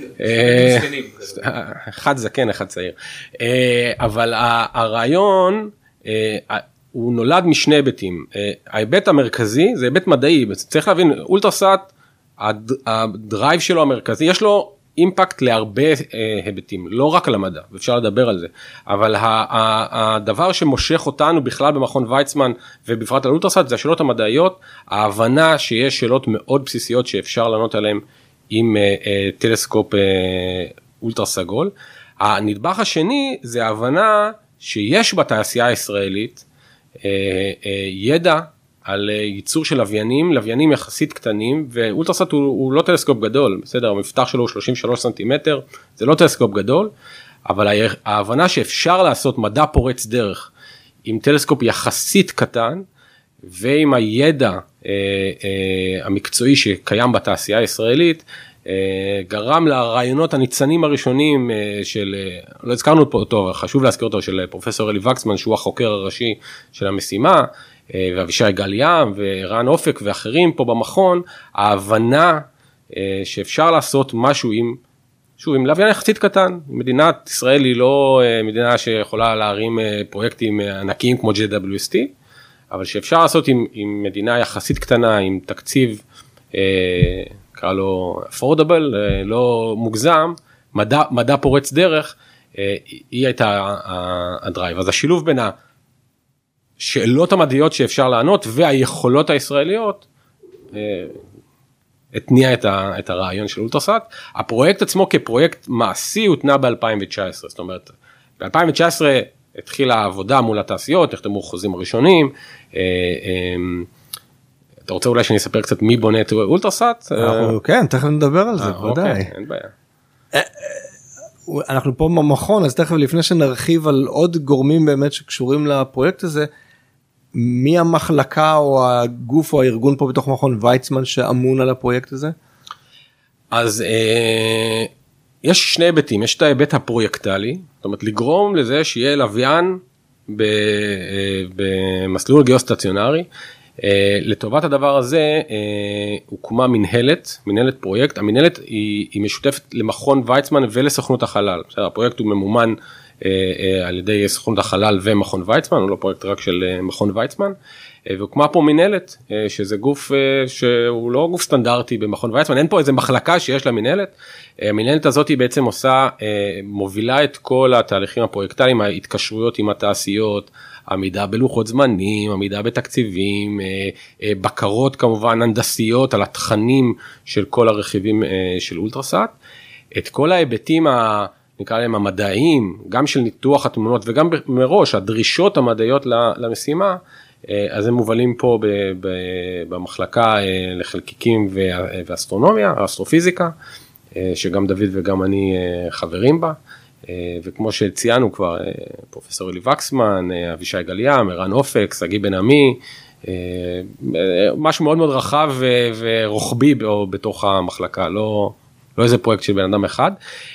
אחד זקן אחד צעיר, אבל הרעיון הוא נולד משני היבטים. ההיבט המרכזי זה היבט מדעי, צריך להבין אולטרסאט, הדרייב שלו המרכזי, יש לו אימפקט להרבה היבטים, לא רק על המדע, ואפשר לדבר על זה, אבל הדבר שמושך אותנו בכלל במכון ויצמן, ובפרט על אולטרסאט, זה השאלות המדעיות, ההבנה שיש שאלות מאוד בסיסיות שאפשר לענות עליהן עם טלסקופ אולטרה סגול. הנדבך השני זה ההבנה שיש בתעשייה הישראלית ידע על ייצור של לוויינים, לוויינים יחסית קטנים, ואולטרסאט הוא, הוא לא טלסקופ גדול, בסדר, המפתח שלו הוא שלושים ושלושה סנטימטר, זה לא טלסקופ גדול, אבל ההבנה שאפשר לעשות מדע פורץ דרך עם טלסקופ יחסית קטן, ועם הידע אה, אה, המקצועי שקיים בתעשייה הישראלית, אה, גרם לרעיונות הניצנים הראשונים אה, של, אה, לא הזכרנו פה אותו, חשוב להזכיר אותו, של פרופסור אלי וקסמן, שהוא החוקר הראשי של המשימה, אה, ואבישי גל-ים ורן אופק ואחרים פה במכון, ההבנה אה, שאפשר לעשות משהו עם, שוב, עם לוויין יחסית קטן. מדינת ישראל היא לא אה, מדינה שיכולה להרים אה, פרויקטים ענקיים כמו ג'יי דאבליו אס טי, אבל שאפשר לעשות עם, עם מדינה יחסית קטנה, עם תקציב, אה, קרא לו affordable, אה, לא מוגזם, מדע, מדע פורץ דרך, אה, היא הייתה הדרייב. אז השילוב בין השאלות המדעיות שאפשר לענות, והיכולות הישראליות, אה, התניע את, ה, את הרעיון של אולטרסאט. הפרויקט עצמו כפרויקט מעשי הותנה ב-אלפיים תשע עשרה, זאת אומרת, ב-אלפיים תשע עשרה, התחילה העבודה מול התעשיות, נחתמו חוזים הראשונים. אתה רוצה אולי שאני אספר קצת מי בונה את אולטרסאט? כן, תכף נדבר על זה, ודאי. אין בעיה. אנחנו פה במכון, אז תכף לפני שנרחיב על עוד גורמים באמת שקשורים לפרויקט הזה, מי המחלקה או הגוף או הארגון פה בתוך מכון ויצמן שאמון על הפרויקט הזה? אז יש שני היבטים, יש את ההיבט הפרויקטלי, זאת אומרת לגרום לזה שיהיה לוויין במסלול גיאוסטציונרי, לטובת הדבר הזה הוקמה מנהלת, מנהלת פרויקט, המנהלת היא, היא משותפת למכון ויצמן ולסוכנות החלל, הפרויקט הוא ממומן על ידי סוכנות החלל ומכון ויצמן, הוא לא פרויקט רק של מכון ויצמן, והוקמה פה מנהלת, שזה גוף שהוא לא גוף סטנדרטי במכון ויצמן, אין פה איזה מחלקה שיש לה מנהלת, המנהלת הזאת היא בעצם עושה, מובילה את כל התהליכים הפרויקטליים, ההתקשרויות עם התעשיות, עמידה בלוחות זמנים, עמידה בתקציבים, בקרות כמובן הנדסיות על התכנים של כל הרכיבים של אולטרסאט, את כל ההיבטים ה... נקרא להם המדעיים, גם של ניתוח התמונות וגם מראש הדרישות המדעיות למשימה, אז הם מובלים פה במחלקה לחלקיקים ואסטרונומיה, אסטרופיזיקה, שגם דוד וגם אני חברים בה, וכמו שציינו כבר, פרופסור אלי וקסמן, אבישי גל-ים, רן אופק, סגי בן עמי, משהו מאוד מאוד רחב ורוחבי בתוך המחלקה, לא, לא איזה פרויקט של בן אדם אחד.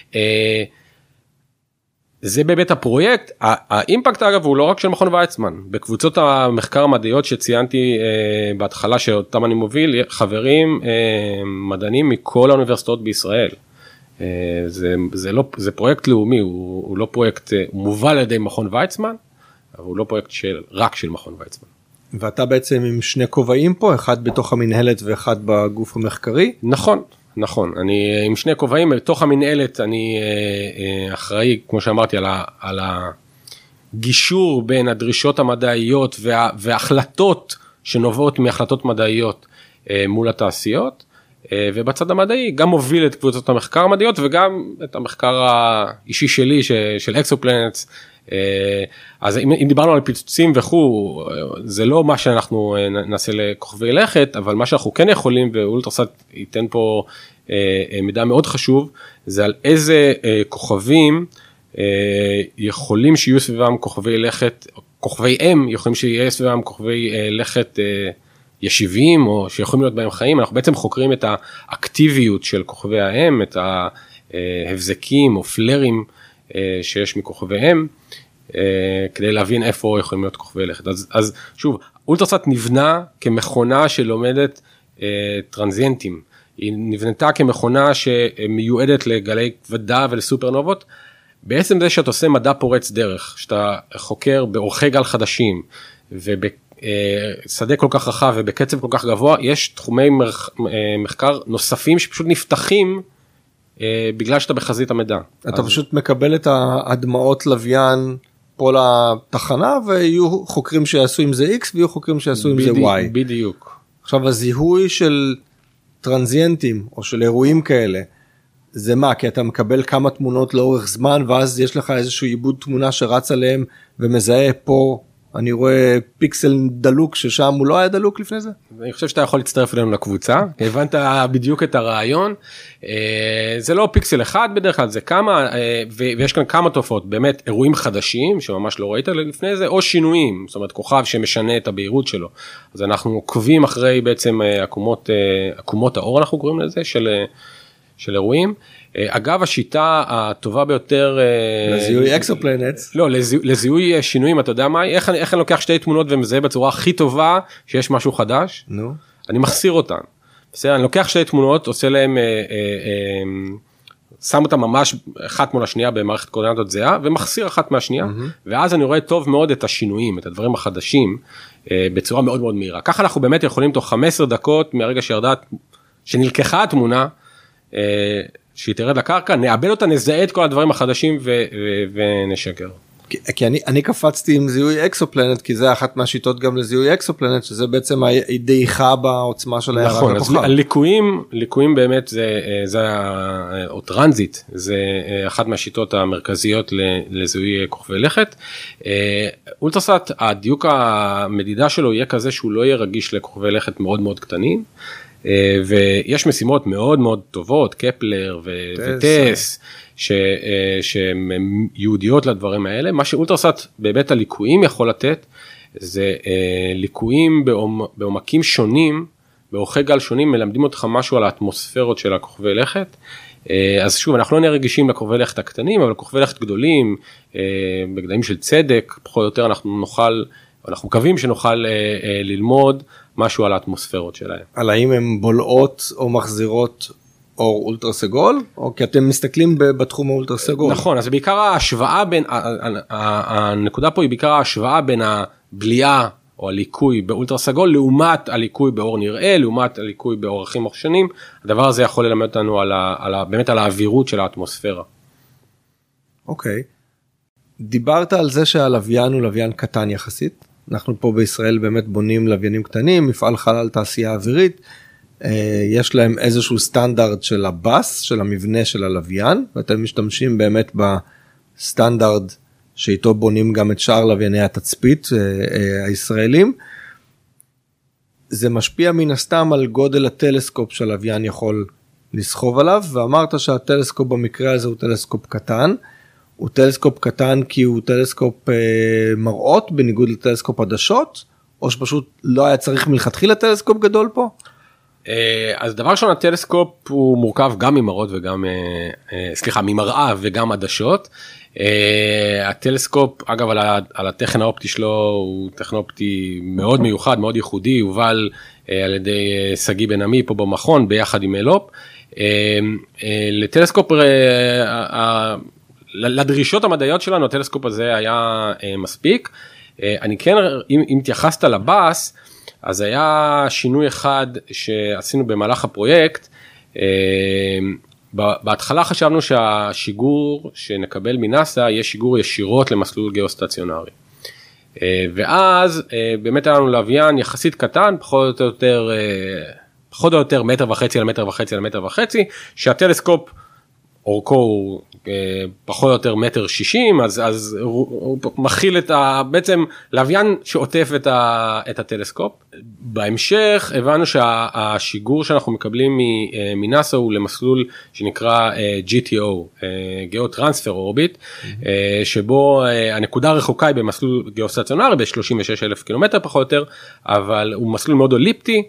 זה בבית הפרויקט, האימפקט אגב הוא לא רק של מכון ויצמן, בקבוצות המחקר המדעיות שציינתי בהתחלה שאותם אני מוביל, חברים מדענים מכל האוניברסיטאות בישראל. זה, זה, לא, זה פרויקט לאומי, הוא, הוא לא פרויקט, הוא מובל על ידי מכון ויצמן, אבל הוא לא פרויקט של, רק של מכון ויצמן. ואתה בעצם עם שני כובעים פה, אחד בתוך המנהלת ואחד בגוף המחקרי? נכון. נכון, אני עם שני כובעים, בתוך המנהלת אני אחראי, כמו שאמרתי, על, ה, על הגישור בין הדרישות המדעיות וה, וההחלטות שנובעות מהחלטות מדעיות מול התעשיות, ובצד המדעי גם מוביל את קבוצות המחקר המדעיות וגם את המחקר האישי שלי של אקסופלנטס. אז אם, אם דיברנו על פיצוצים וכו', זה לא מה שאנחנו נעשה לכוכבי לכת, אבל מה שאנחנו כן יכולים, ואולטרסאט ייתן פה מידע מאוד חשוב, זה על איזה כוכבים יכולים שיהיו סביבם כוכבי לכת, כוכבי אם יכולים שיהיה סביבם כוכבי לכת ישיבים, או שיכולים להיות בהם חיים. אנחנו בעצם חוקרים את האקטיביות של כוכבי האם, את ההבזקים או פלרים שיש מכוכבי אם, כדי להבין איפה יכולים להיות כוכבי לכת. אז, אז שוב, אולטרסאט נבנה כמכונה שלומדת אה, טרנזיינטים, היא נבנתה כמכונה שמיועדת לגלי כבדה ולסופרנובות, בעצם זה שאתה עושה מדע פורץ דרך, שאתה חוקר באורכי גל חדשים, ובשדה כל כך רחב ובקצב כל כך גבוה, יש תחומי מחקר נוספים שפשוט נפתחים, בגלל שאתה בחזית המידע. אתה פשוט מקבל את הדמעות לוויין פה לתחנה, ויהיו חוקרים שיעשו עם זה X, ויהיו חוקרים שיעשו עם זה Y. בדיוק. עכשיו, הזיהוי של טרנזיינטים, או של אירועים כאלה, זה מה? כי אתה מקבל כמה תמונות לאורך זמן, ואז יש לך איזשהו עיבוד תמונה שרץ עליהם, ומזהה פה, אני רואה פיקסל דלוק, ששם הוא לא היה דלוק לפני זה? אני חושב שאתה יכול להצטרף אלינו לקבוצה, הבנת בדיוק את הרעיון, זה לא פיקסל אחד בדרך כלל, זה כמה, ויש כאן כמה תופעות, באמת אירועים חדשים, שממש לא ראית לפני זה, או שינויים, זאת אומרת כוכב שמשנה את הבהירות שלו, אז אנחנו עוקבים אחרי בעצם עקומות, עקומות האור אנחנו קוראים לזה, של... של אירועים. אגב, השיטה הטובה ביותר... לזיהוי אקסופלנטס. לא, לזיהוי שינויים, אתה יודע מה? איך, איך אני לוקח שתי תמונות ומזהה בצורה הכי טובה שיש משהו חדש? נו. אני מחסיר אותן. בסדר, אני לוקח שתי תמונות, עושה להם, אה, אה, אה, שם אותם ממש אחת מול השנייה במערכת קורדינטות זהה, ומחסיר אחת מהשנייה, mm-hmm. ואז אני רואה טוב מאוד את השינויים, את הדברים החדשים, אה, בצורה מאוד מאוד מהירה. ככה אנחנו באמת יכולים תוך חמש עשרה דקות מהרגע שירדה, שנלקחה התמונה, שהיא תרד לקרקע, נאבד אותה, נזהה את כל הדברים החדשים ונשקר. כי אני, אני קפצתי עם זיהוי אקסופלנט, כי זה אחת מהשיטות גם לזיהוי אקסופלנט, שזה בעצם הדעיכה בעוצמה של הירק הכוכב. נכון, אז הליקויים, ליקויים באמת זה, זה, או טרנזיט, זה אחת מהשיטות המרכזיות לזיהוי כוכבי לכת. אולטרסאט, הדיוק המדידה שלו יהיה כזה שהוא לא יהיה רגיש לכוכבי לכת מאוד מאוד קטנים, ויש משימות מאוד מאוד טובות, קפלר וטס, שהן יהודיות לדברים האלה. מה שאולטרסאט באמת הליקויים יכול לתת, זה ליקויים בעומקים שונים, באורכי גל שונים, מלמדים אותך משהו על האטמוספירות של הכוכבי לכת. אז שוב, אנחנו לא נהיה רגישים לכוכבי לכת הקטנים, אבל כוכבי לכת גדולים, בגדלים של צדק, פחות או יותר אנחנו נוכל, אנחנו מקווים שנוכל ללמוד משהו על האטמוספירות שלהם. על האם הן בולעות או מחזירות אור אולטרה סגול, או כי אתם מסתכלים בתחום האולטרה סגול. נכון, אז בעיקר ההשוואה בין, הנקודה פה היא בעיקר ההשוואה בין הבליעה או הליקוי באולטרה סגול, לעומת הליקוי באור נראה, לעומת הליקוי באורכים מוחשנים, הדבר הזה יכול ללמד אותנו על ה, על ה, באמת על האווירות של האטמוספירה. אוקיי. דיברת על זה שהלוויין הוא לוויין קטן יחסית, אנחנו פה בישראל באמת בונים לוויינים קטנים, מפעל חלל תעשייה אווירית, יש להם איזשהו סטנדרט של הבאס, של המבנה של הלוויין, ואתם משתמשים באמת בסטנדרט שאיתו בונים גם את שאר לווייני התצפית הישראלים. זה משפיע מן הסתם על גודל הטלסקופ שהלוויין יכול לסחוב עליו, ואמרת שהטלסקופ במקרה הזה הוא טלסקופ קטן, הוא טלסקופ קטן כי הוא טלסקופ אה, מראות בניגוד לטלסקופ עדשות, או שפשוט לא היה צריך מלכתחילה טלסקופ גדול פה? אה, אז דבר ראשון, הטלסקופ הוא מורכב גם ממראות וגם, אה, אה, סליחה, ממראה וגם עדשות. אה, הטלסקופ, אגב, על, ה, על הטכן האופטי שלו, הוא טכן אופטי מאוד מיוחד, מאוד ייחודי, הובל אה, על ידי אה, סגי בן עמי פה במכון, ביחד עם אלופ. אה, אה, לטלסקופ, אה, אה, לדרישות המדעיות שלנו, הטלסקופ הזה היה אה, מספיק. אה, אני כן, אם, אם התייחסת לבאס, אז היה שינוי אחד שעשינו במהלך הפרויקט. אה, בהתחלה חשבנו שהשיגור שנקבל מנאסא יהיה שיגור ישירות למסלול גיאוסטציונרי. אה, ואז אה, באמת היה לנו לוויין יחסית קטן, פחות או יותר, אה, פחות או יותר מטר וחצי על מטר וחצי על מטר וחצי, שהטלסקופ אורכו הוא פחות או יותר מטר שישים, אז, אז הוא, הוא מכיל את ה... בעצם לוויין שעוטף את, ה, את הטלסקופ. בהמשך הבנו שהשיגור שאנחנו מקבלים מנאסא הוא למסלול שנקרא ג'י טי או, Geo Transfer Orbit, mm-hmm. שבו הנקודה הרחוקה היא במסלול גיאוסטציונרי ב-שלושים ושש אלף קילומטר פחות או יותר, אבל הוא מסלול מאוד אליפטי,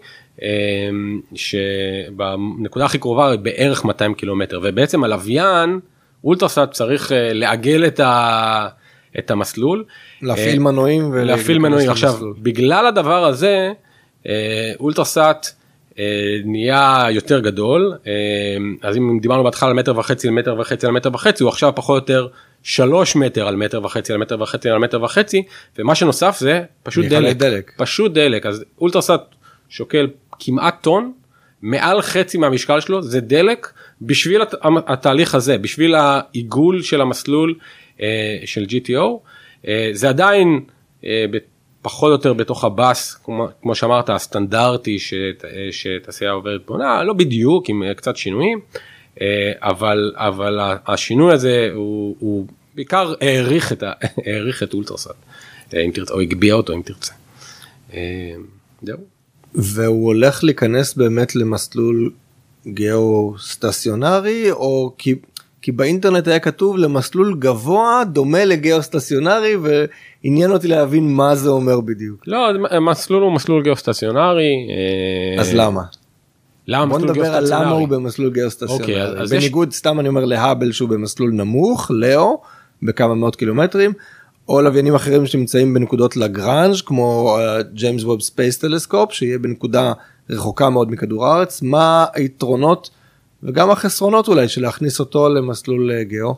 שבנקודה הכי קרובה היא בערך מאתיים קילומטר, ובעצם הלוויין, אולטרסאט צריך לעגל את, ה, את המסלול. להפעיל מנועים. להפעיל מנועים. עכשיו, בגלל הדבר הזה, אולטרסאט נהיה יותר גדול, אז אם דיברנו בהתחלה על מטר וחצי, על מטר וחצי, על מטר וחצי, הוא עכשיו פחות או יותר שלוש מטר על מטר וחצי, על מטר וחצי, על מטר וחצי, ומה שנוסף זה פשוט דלק. דלק. פשוט דלק. אז אולטרסאט שוקל כמעט טון, מעל חצי מהמשקל שלו זה דלק, בשביל התהליך הזה, בשביל העיגול של המסלול של ג'י טי או, זה עדיין פחות או יותר בתוך הבאס, כמו, כמו שאמרת, הסטנדרטי שתעשייה עוברת בונה, לא בדיוק, עם קצת שינויים, אבל, אבל השינוי הזה הוא, הוא בעיקר העריך את, העריך את אולטרסאט, אם תרצה, או הגביע אותו אם תרצה. זהו. והוא הולך להיכנס באמת למסלול גיאו-סטציונרי, או כי, כי באינטרנט היה כתוב למסלול גבוה דומה לגיאו-סטציונרי, ועניין אותי להבין מה זה אומר בדיוק. לא, המסלול הוא מסלול גיאו-סטציונרי. אז למה? למה בוא נדבר על למה הוא במסלול גיאו-סטציונרי. בניגוד, יש... סתם אני אומר להאבל שהוא במסלול נמוך, לאו, בכמה מאות קילומטרים, או לוויינים אחרים שנמצאים בנקודות לגרנז' כמו ג'יימס ווב ספייס טלסקופ, שיהיה בנקודה רחוקה מאוד מכדור הארץ. מה היתרונות וגם החסרונות אולי של להכניס אותו למסלול גיאו?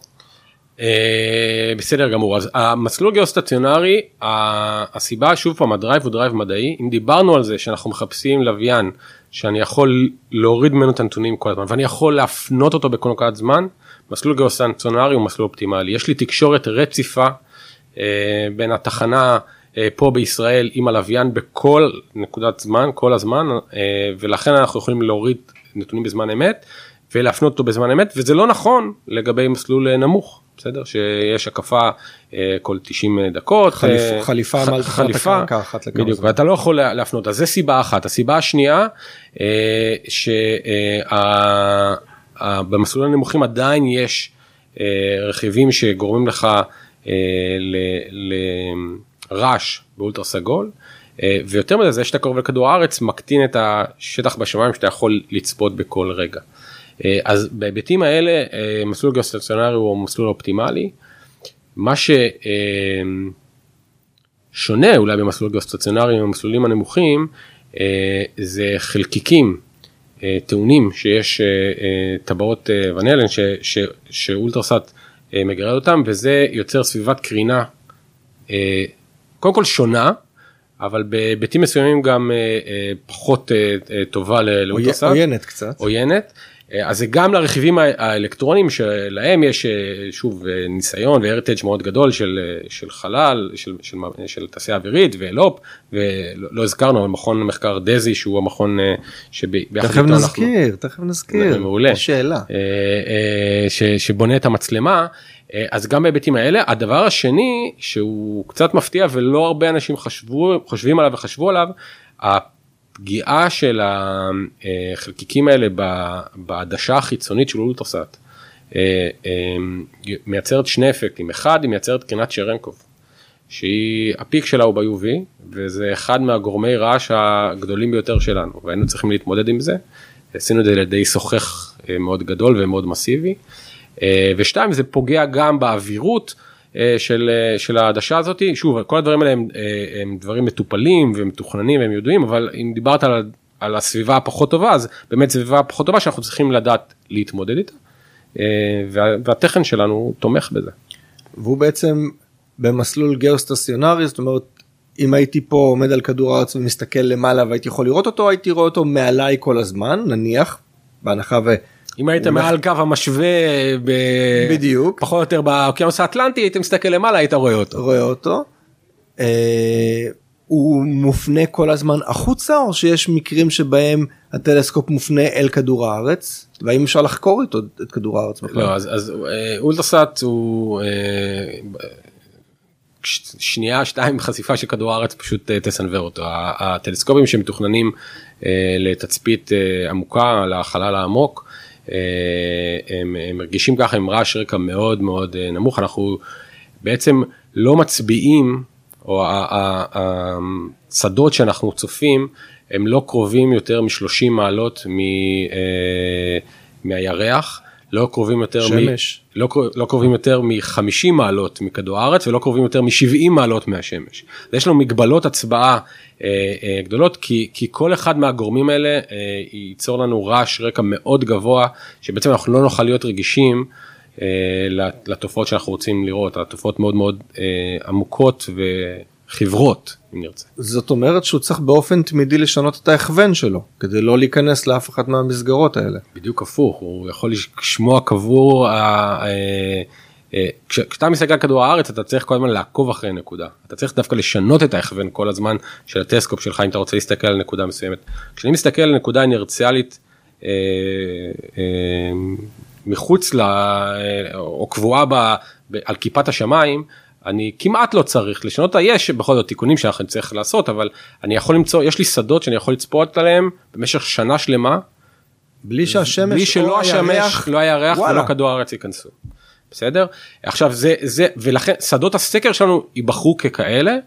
בסדר גמור. אז המסלול גיאו-סטציונרי, הסיבה שוב פעם, הדרייב הוא דרייב מדעי. אם דיברנו על זה שאנחנו מחפשים לוויין שאני יכול להוריד ממנו את הנתונים כל הזמן, ואני יכול להפנות אותו בכל נקודת זמן, מסלול גיאו-סטציונרי הוא מסלול אופטימלי. יש לי תקשורת רציפה בין התחנה פה בישראל עם הלוויין בכל נקודת זמן, כל הזמן, ולכן אנחנו יכולים להוריד נתונים בזמן אמת, ולהפנות אותו בזמן אמת, וזה לא נכון לגבי מסלול נמוך, בסדר? שיש הקפה כל תשעים דקות. חליפה, חליפה, חליפה, אחת לכמה בדיוק, ואתה לא יכול להפנות, אז זה סיבה אחת. הסיבה השנייה, שבמסלול הנמוכים עדיין יש רכיבים שגורמים לך לרעש באולטרה סגול, ויותר מזה, זה שאתה קרוב לכדור הארץ, מקטין את השטח בשמיים שאתה יכול לצפות בכל רגע. אז בהיבטים האלה, מסלול גיאו-סטציונרי הוא מסלול אופטימלי. מה ששונה אולי במסלול גיאו-סטציונרי במסלולים הנמוכים, זה חלקיקים טעונים שיש טבעות ונלן שאולטרסאט מגרד אותם, וזה יוצר סביבת קרינה קודם כל שונה, אבל בהיבטים מסוימים גם פחות טובה לאולטרסאט. עוינת קצת. עוינת. אז זה גם לרכיבים האלקטרונים שלהם יש שוב ניסיון והרטג' מאוד גדול של, של חלל, של, של, של תעשייה אווירית ואלופ, ולא הזכרנו על מכון מחקר דזי שהוא המכון שביחד תכף נזכיר, אנחנו, תכף נזכיר, מעולה, שאלה. ש, שבונה את המצלמה. אז גם בהיבטים האלה, הדבר השני שהוא קצת מפתיע ולא הרבה אנשים חשבו, חושבים עליו וחשבו עליו, הפגיעה של החלקיקים האלה בעדשה החיצונית של אולטרסאט, מייצרת שני אפקטים. אחד, היא מייצרת קרינת צ'רנקוב, שהיא, הפיק שלה הוא ב-יו וי, וזה אחד מהגורמי רעש הגדולים ביותר שלנו, והיינו צריכים להתמודד עם זה. עשינו את זה לידי שוחך מאוד גדול ומאוד מסיבי. ושתיים, זה פוגע גם באווירות של, של העדשה הזאת. שוב, כל הדברים האלה הם, הם דברים מטופלים ומתוכננים והם יודעים, אבל אם דיברת על, על הסביבה הפחות טובה, אז באמת סביבה הפחות טובה שאנחנו צריכים לדעת להתמודד איתה, וה, והטכן שלנו תומך בזה. והוא בעצם במסלול גיאו-סטציונרי, זאת אומרת, אם הייתי פה עומד על כדור הארץ ומסתכל למעלה והייתי יכול לראות אותו, הייתי רואה אותו מעליי כל הזמן, נניח, בהנחה ו... אם היית מעל קו המשווה, בדיוק, פחות או יותר באוקיינוס האטלנטי, היית מסתכל למעלה, היית רואה אותו. רואה אותו. הוא מופנה כל הזמן החוצה, או שיש מקרים שבהם הטלסקופ מופנה אל כדור הארץ, והאם אפשר לחקור איתו את כדור הארץ בכלל? לא, אז אולטרסאט הוא שנייה, שתיים, חשיפה של כדור הארץ פשוט תסנבר אותו. הטלסקופים שמתוכננים לתצפית עמוקה לחלל העמוק, הם, הם מרגישים ככה עם רעש רקע מאוד מאוד נמוך. אנחנו בעצם לא מצביעים, או השדות שאנחנו צופים, הם לא קרובים יותר מ-שלושים מעלות מהירח, לא קרובים יותר שמש. מ, לא, לא קרובים יותר מ-חמישים מעלות מכדור הארץ, ולא קרובים יותר מ-שבעים מעלות מהשמש. יש לנו מגבלות הצבעה אה, אה, גדולות, כי, כי כל אחד מהגורמים האלה אה, ייצור לנו רעש רקע מאוד גבוה, שבעצם אנחנו לא נוכל להיות רגישים אה, לתופעות שאנחנו רוצים לראות, התופעות מאוד מאוד אה, עמוקות וחברות, אם נרצה. זאת אומרת שהוא צריך באופן תמידי לשנות את ההכוון שלו, כדי לא להיכנס לאף אחת מהמסגרות האלה. בדיוק הפוך, הוא יכול לשמוע קבור, כשאתה מסתכל על כדור הארץ, אתה צריך כל הזמן לעקוב אחרי נקודה, אתה צריך דווקא לשנות את ההכוון כל הזמן של הטלסקופ שלך, אם אתה רוצה להסתכל על נקודה מסוימת. כשאני מסתכל על נקודה אינרציאלית, מחוץ ל... או קבועה על כיפת השמיים, אני כמעט לא צריך לשנות אותה, יש בכל זאת תיקונים שאנחנו צריך לעשות, אבל אני יכול למצוא, יש לי שדות שאני יכול לצפות עליהם במשך שנה שלמה, בלי שהשמש, בלי שלא השמש, לא הירח ולא כדור הארץ ייכנסו. בסדר? עכשיו זה, זה, ולכן שדות הסקר שלנו ייבחרו ככאלה,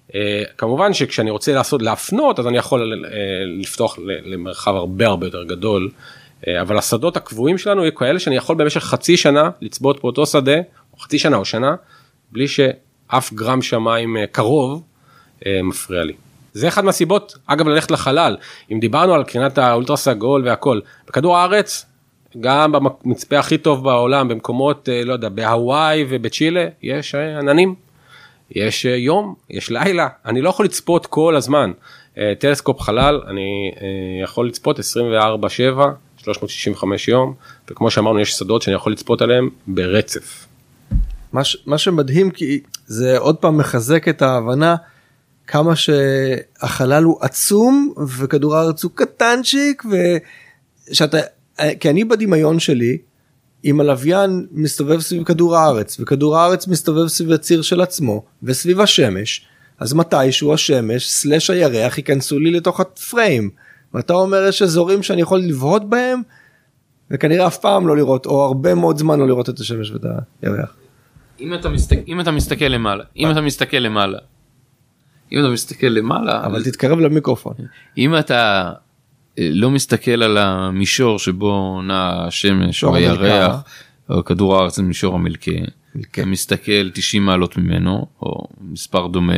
כמובן שכשאני רוצה לעשות, להפנות, אז אני יכול לפתוח למרחב הרבה הרבה יותר גדול, אבל השדות הקבועים שלנו יהיו כאלה שאני יכול במשך חצי שנה לצבות באותו שדה, או חצי שנה או שנה, בלי שאף גרם שמיים קרוב מפריע לי. זה אחד מהסיבות, אגב, ללכת לחלל. אם דיברנו על קרינת האולטרה סגול והכל, בכדור הארץ, גם במצפה הכי טוב בעולם, במקומות, לא יודע, בהוואי ובצ'ילה, יש עננים, יש יום, יש לילה. אני לא יכול לצפות כל הזמן. טלסקופ חלל, אני יכול לצפות עשרים וארבע שבע, שלוש מאות שישים וחמש יום, וכמו שאמרנו, יש שדות שאני יכול לצפות עליהם ברצף. מה, מה שמדהים, כי זה עוד פעם מחזק את ההבנה, כמה שהחלל הוא עצום, וכדור הארץ הוא קטנצ'יק, ושאתה, כי אני בדמיון שלי, אם הלוויין מסתובב סביב כדור הארץ, וכדור הארץ מסתובב סביב הציר של עצמו, וסביב השמש, אז מתישהו השמש, סלש הירח, ייכנסו לי לתוך הפריים, ואתה אומר, יש אזורים שאני יכול לבהות בהם, וכנראה אף פעם לא לראות, או הרבה מאוד זמן לא לראות את השמש ואת הירח. אם אתה מסתכל, אם אתה מסתכל למעלה, אם אתה מסתכל למעלה, אם אתה מסתכל למעלה, אבל תתקרב למיקרופון. אם אתה לא מסתכל על המישור שבו נע השמש או הירח, או כדור הארץ זה מישור המלכה, אתה מסתכל תשעים מעלות ממנו, או מספר דומה,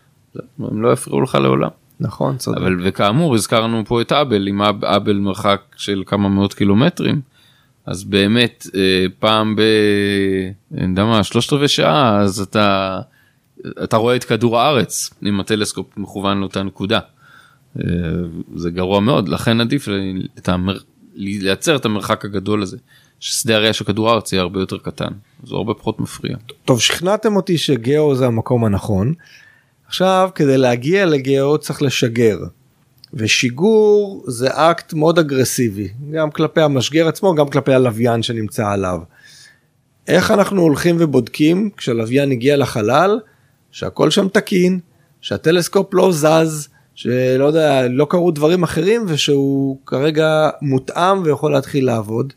הם לא יפריעו לך לעולם. נכון, צודק. אבל וכאמור הזכרנו פה את אבל, עם אבל מרחק של כמה מאות קילומטרים, אז באמת פעם ב... אני יודע מה, שלושת רבעי שעה, אז אתה, אתה רואה את כדור הארץ, עם הטלסקופ מכוון לאותה נקודה. זה גרוע מאוד, לכן עדיף לייצר את המרחק הגדול הזה, ששדה הראייה של כדור הארץ יהיה הרבה יותר קטן, זה הרבה פחות מפריע. טוב, שכנעתם אותי שגיאו זה המקום הנכון, עכשיו כדי להגיע לגיאו צריך לשגר, ושיגור זה אקט מאוד אגרסיבי, גם כלפי המשגר עצמו, גם כלפי הלוויין שנמצא עליו. איך אנחנו הולכים ובודקים כשהלוויין הגיע לחלל, שהכל שם תקין, שהטלסקופ לא זז, שלא יודע, לא קרו דברים אחרים, ושהוא כרגע מותאם ויכול להתחיל לעבוד?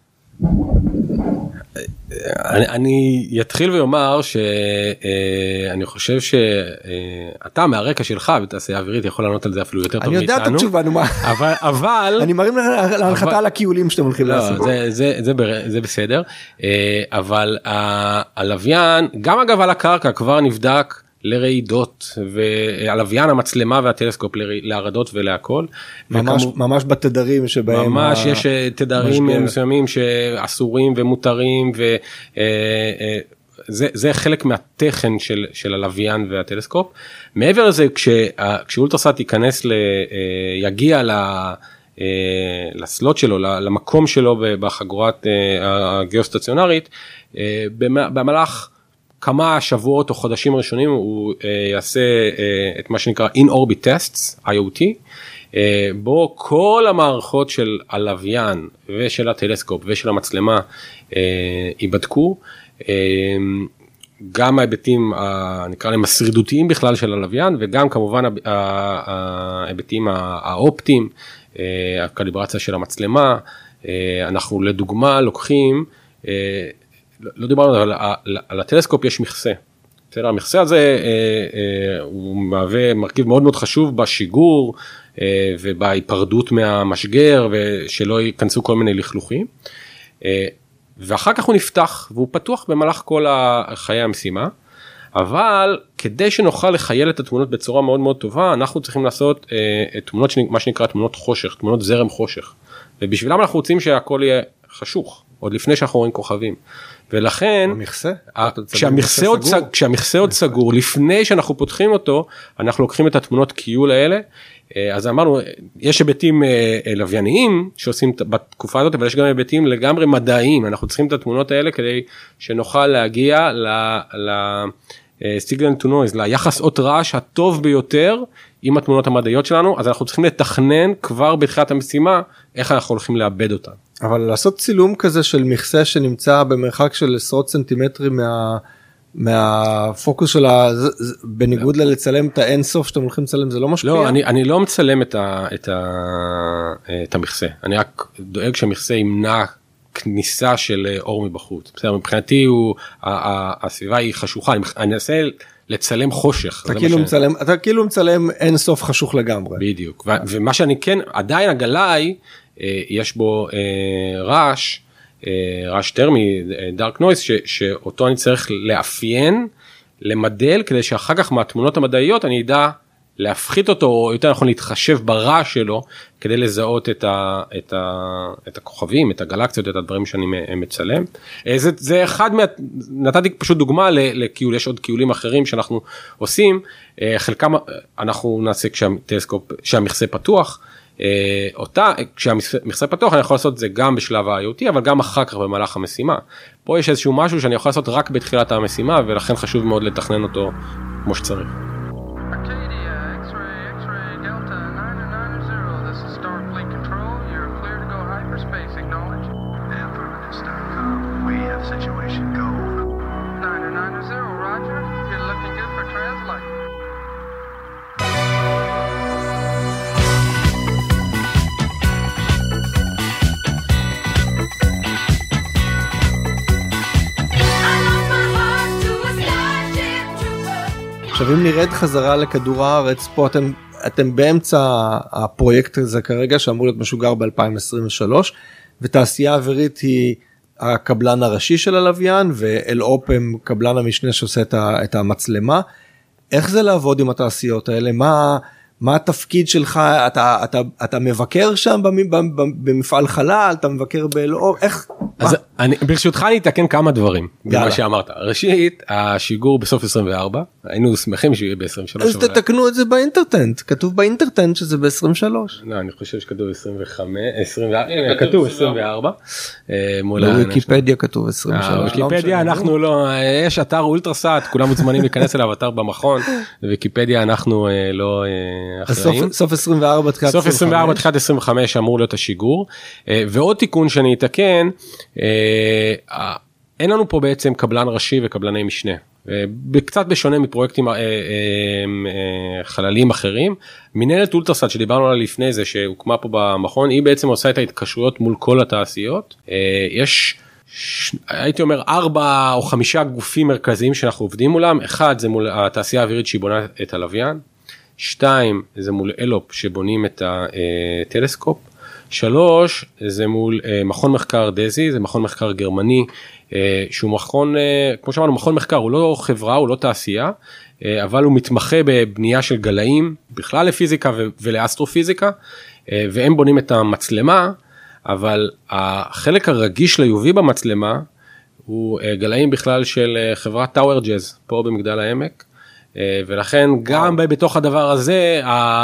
אני, אני יתחיל ויאמר שאני חושב שאתה מהרקע שלך בתעשייה אווירית יכול לענות על זה אפילו יותר טוב מאיתנו. אני יודע את התשובה, נו מה. אבל, אבל... אני מרים להנחתה על הקיולים שאתם הולכים לעשות. לא, זה, זה, זה, זה בסדר. אבל הלוויין, גם אגב על הקרקע כבר נבדק לרעידות, והלוויין, המצלמה והטלסקופ להרעדות ולהכל. ממש, ממש בתדרים שבהם... ממש יש תדרים מסוימים שאסורים ומותרים, וזה חלק מהטכן של, של הלוויין והטלסקופ. מעבר לזה, כשאולטרסאט ייכנס, יגיע ל... לסלוט שלו, למקום שלו בחגורת הגיאוסטציונרית, במהלך כמה שבועות או חודשים ראשונים הוא יעשה את מה שנקרא in-orbit tests, איי או טי, בו כל המערכות של הלוויין ושל הטלסקופ ושל המצלמה ייבדקו, גם ההיבטים, נקרא להם השרידותיים בכלל של הלוויין, וגם כמובן ההיבטים האופטיים, הקליברציה של המצלמה. אנחנו לדוגמה לוקחים, לא דיברנו, אבל על הטלסקופ יש מכסה. המכסה הזה הוא מהווה מרכיב מאוד מאוד חשוב בשיגור ובהיפרדות מהמשגר, ושלא ייכנסו כל מיני לכלוכים. ואחר כך הוא נפתח, והוא פתוח במהלך כל חיי המשימה, אבל כדי שנוכל לחייל את התמונות בצורה מאוד מאוד טובה, אנחנו צריכים לעשות אה, תמונות, שנ... מה שנקרא תמונות חושך, תמונות זרם חושך, ובשבילם אנחנו רוצים שהכל יהיה חשוך, עוד לפני שאנחנו רואים כוכבים, ולכן, כשהמכסה עוד, סג, כשהמכסה עוד סגור, לפני שאנחנו פותחים אותו, אנחנו לוקחים את התמונות קיול האלה, אז אמרנו, יש היבטים לווייניים שעושים בתקופה הזאת, אבל יש גם היבטים לגמרי מדעיים, אנחנו צריכים את התמונות האלה כדי שנוכל להגיע ל-signal to noise, ליחס אות רעש הטוב ביותר עם התמונות המדעיות שלנו, אז אנחנו צריכים לתכנן כבר בתחילת המשימה, איך אנחנו הולכים לאבד אותן. אבל לעשות צילום כזה של מכסה שנמצא במרחק של עשרות סנטימטרים מה... מהפוקוס של ה... בניגוד ללצלם את האינסוף שאתם הולכים לצלם, זה לא משפיע? לא, אני, אני לא מצלם את ה, את ה, את המכסה, אני רק דואג שהמכסה ימנע כניסה של אור מבחוץ. בסדר, מבחינתי הוא, הסביבה היא חשוכה, אני אנסה לצלם חושך. אתה כאילו מצלם, אתה כאילו מצלם אינסוף חשוך לגמרי. בדיוק, ומה שאני כן, עדיין הגלאי, יש בו רעש, רעש טרמי, דארק נויז, שאותו אני צריך לאפיין, למדל, כדי שאחר כך מהתמונות המדעיות אני אדע להפחית אותו, או יותר נכון להתחשב ברעש שלו, כדי לזהות את, ה, את, ה, את הכוכבים, את הגלקסיות, את הדברים שאני מצלם. זה, זה אחד מה... נתתי פשוט דוגמה לקיול, יש עוד קיולים אחרים שאנחנו עושים, חלקם אנחנו נעשה כשהטלסקופ, כשהמכסה פתוח, אותה, כשהמכסה פתוח אני יכול לעשות את זה גם בשלב ה-איי או טי, אבל גם אחר כך במהלך המשימה. פה יש איזשהו משהו שאני יכול לעשות רק בתחילת המשימה, ולכן חשוב מאוד לתכנן אותו כמו שצריך. עכשיו אם נרד חזרה לכדור הארץ, פה אתם, אתם באמצע הפרויקט הזה כרגע שאמור להיות משוגר ב-אלפיים עשרים ושלוש, ותעשייה אווירית היא הקבלן הראשי של הלוויין, ואל-אופם קבלן המשנה שעושה את המצלמה. איך זה לעבוד עם התעשיות האלה? מה, מה התפקיד שלך? אתה, אתה, אתה מבקר שם במפעל חלל, אתה מבקר באל-אופם, איך? אז אני, ברשותך אני אתקן כמה דברים, במה שאמרת. ראשית, השיגור בסוף עשרים וארבע, היינו שמחים שיהיה ב-עשרים ושלוש. אז תתקנו את זה באינטרטנט, כתוב באינטרטנט שזה ב-עשרים ושלוש. לא, אני חושב שכתוב עשרים וחמש, עשרים וארבע, כתוב עשרים וארבע. בוויקיפדיה כתוב עשרים ושלוש. בוויקיפדיה אנחנו לא, יש אתר אולטרסאט, כולם מוזמנים להיכנס אליו, אתר במכון, בוויקיפדיה אנחנו לא אחראים. סוף עשרים וארבע, סוף עשרים וארבע, תחילת עשרים וחמש אמור להיות השיגור. ועוד תיקון שאני אתקן, אין לנו פה בעצם קבלן ראשי וקבלני משנה, קצת בשונה מפרויקטים חלליים אחרים. מנהלת אולטרסאט שדיברנו עליה לפני זה, שהוקמה פה במכון, היא בעצם עושה את ההתקשרויות מול כל התעשיות. יש, הייתי אומר, ארבע או חמישה גופים מרכזיים שאנחנו עובדים מולם. אחד זה מול התעשייה האווירית שהיא בונה את הלוויין, שתיים זה מול אלופ שבונים את הטלסקופ, שלוש, זה מול אה, מכון מחקר דזי, זה מכון מחקר גרמני, אה, שהוא מכון, אה, כמו שאמרנו, מכון מחקר, הוא לא חברה, הוא לא תעשייה, אה, אבל הוא מתמחה בבנייה של גלאים, בכלל לפיזיקה ו- ולאסטרופיזיקה, אה, והם בונים את המצלמה, אבל החלק הרגיש ל-יו וי במצלמה, הוא אה, גלאים בכלל של אה, חברת טאוור ג'אז, פה במגדל העמק, ולכן גם בתוך הדבר הזה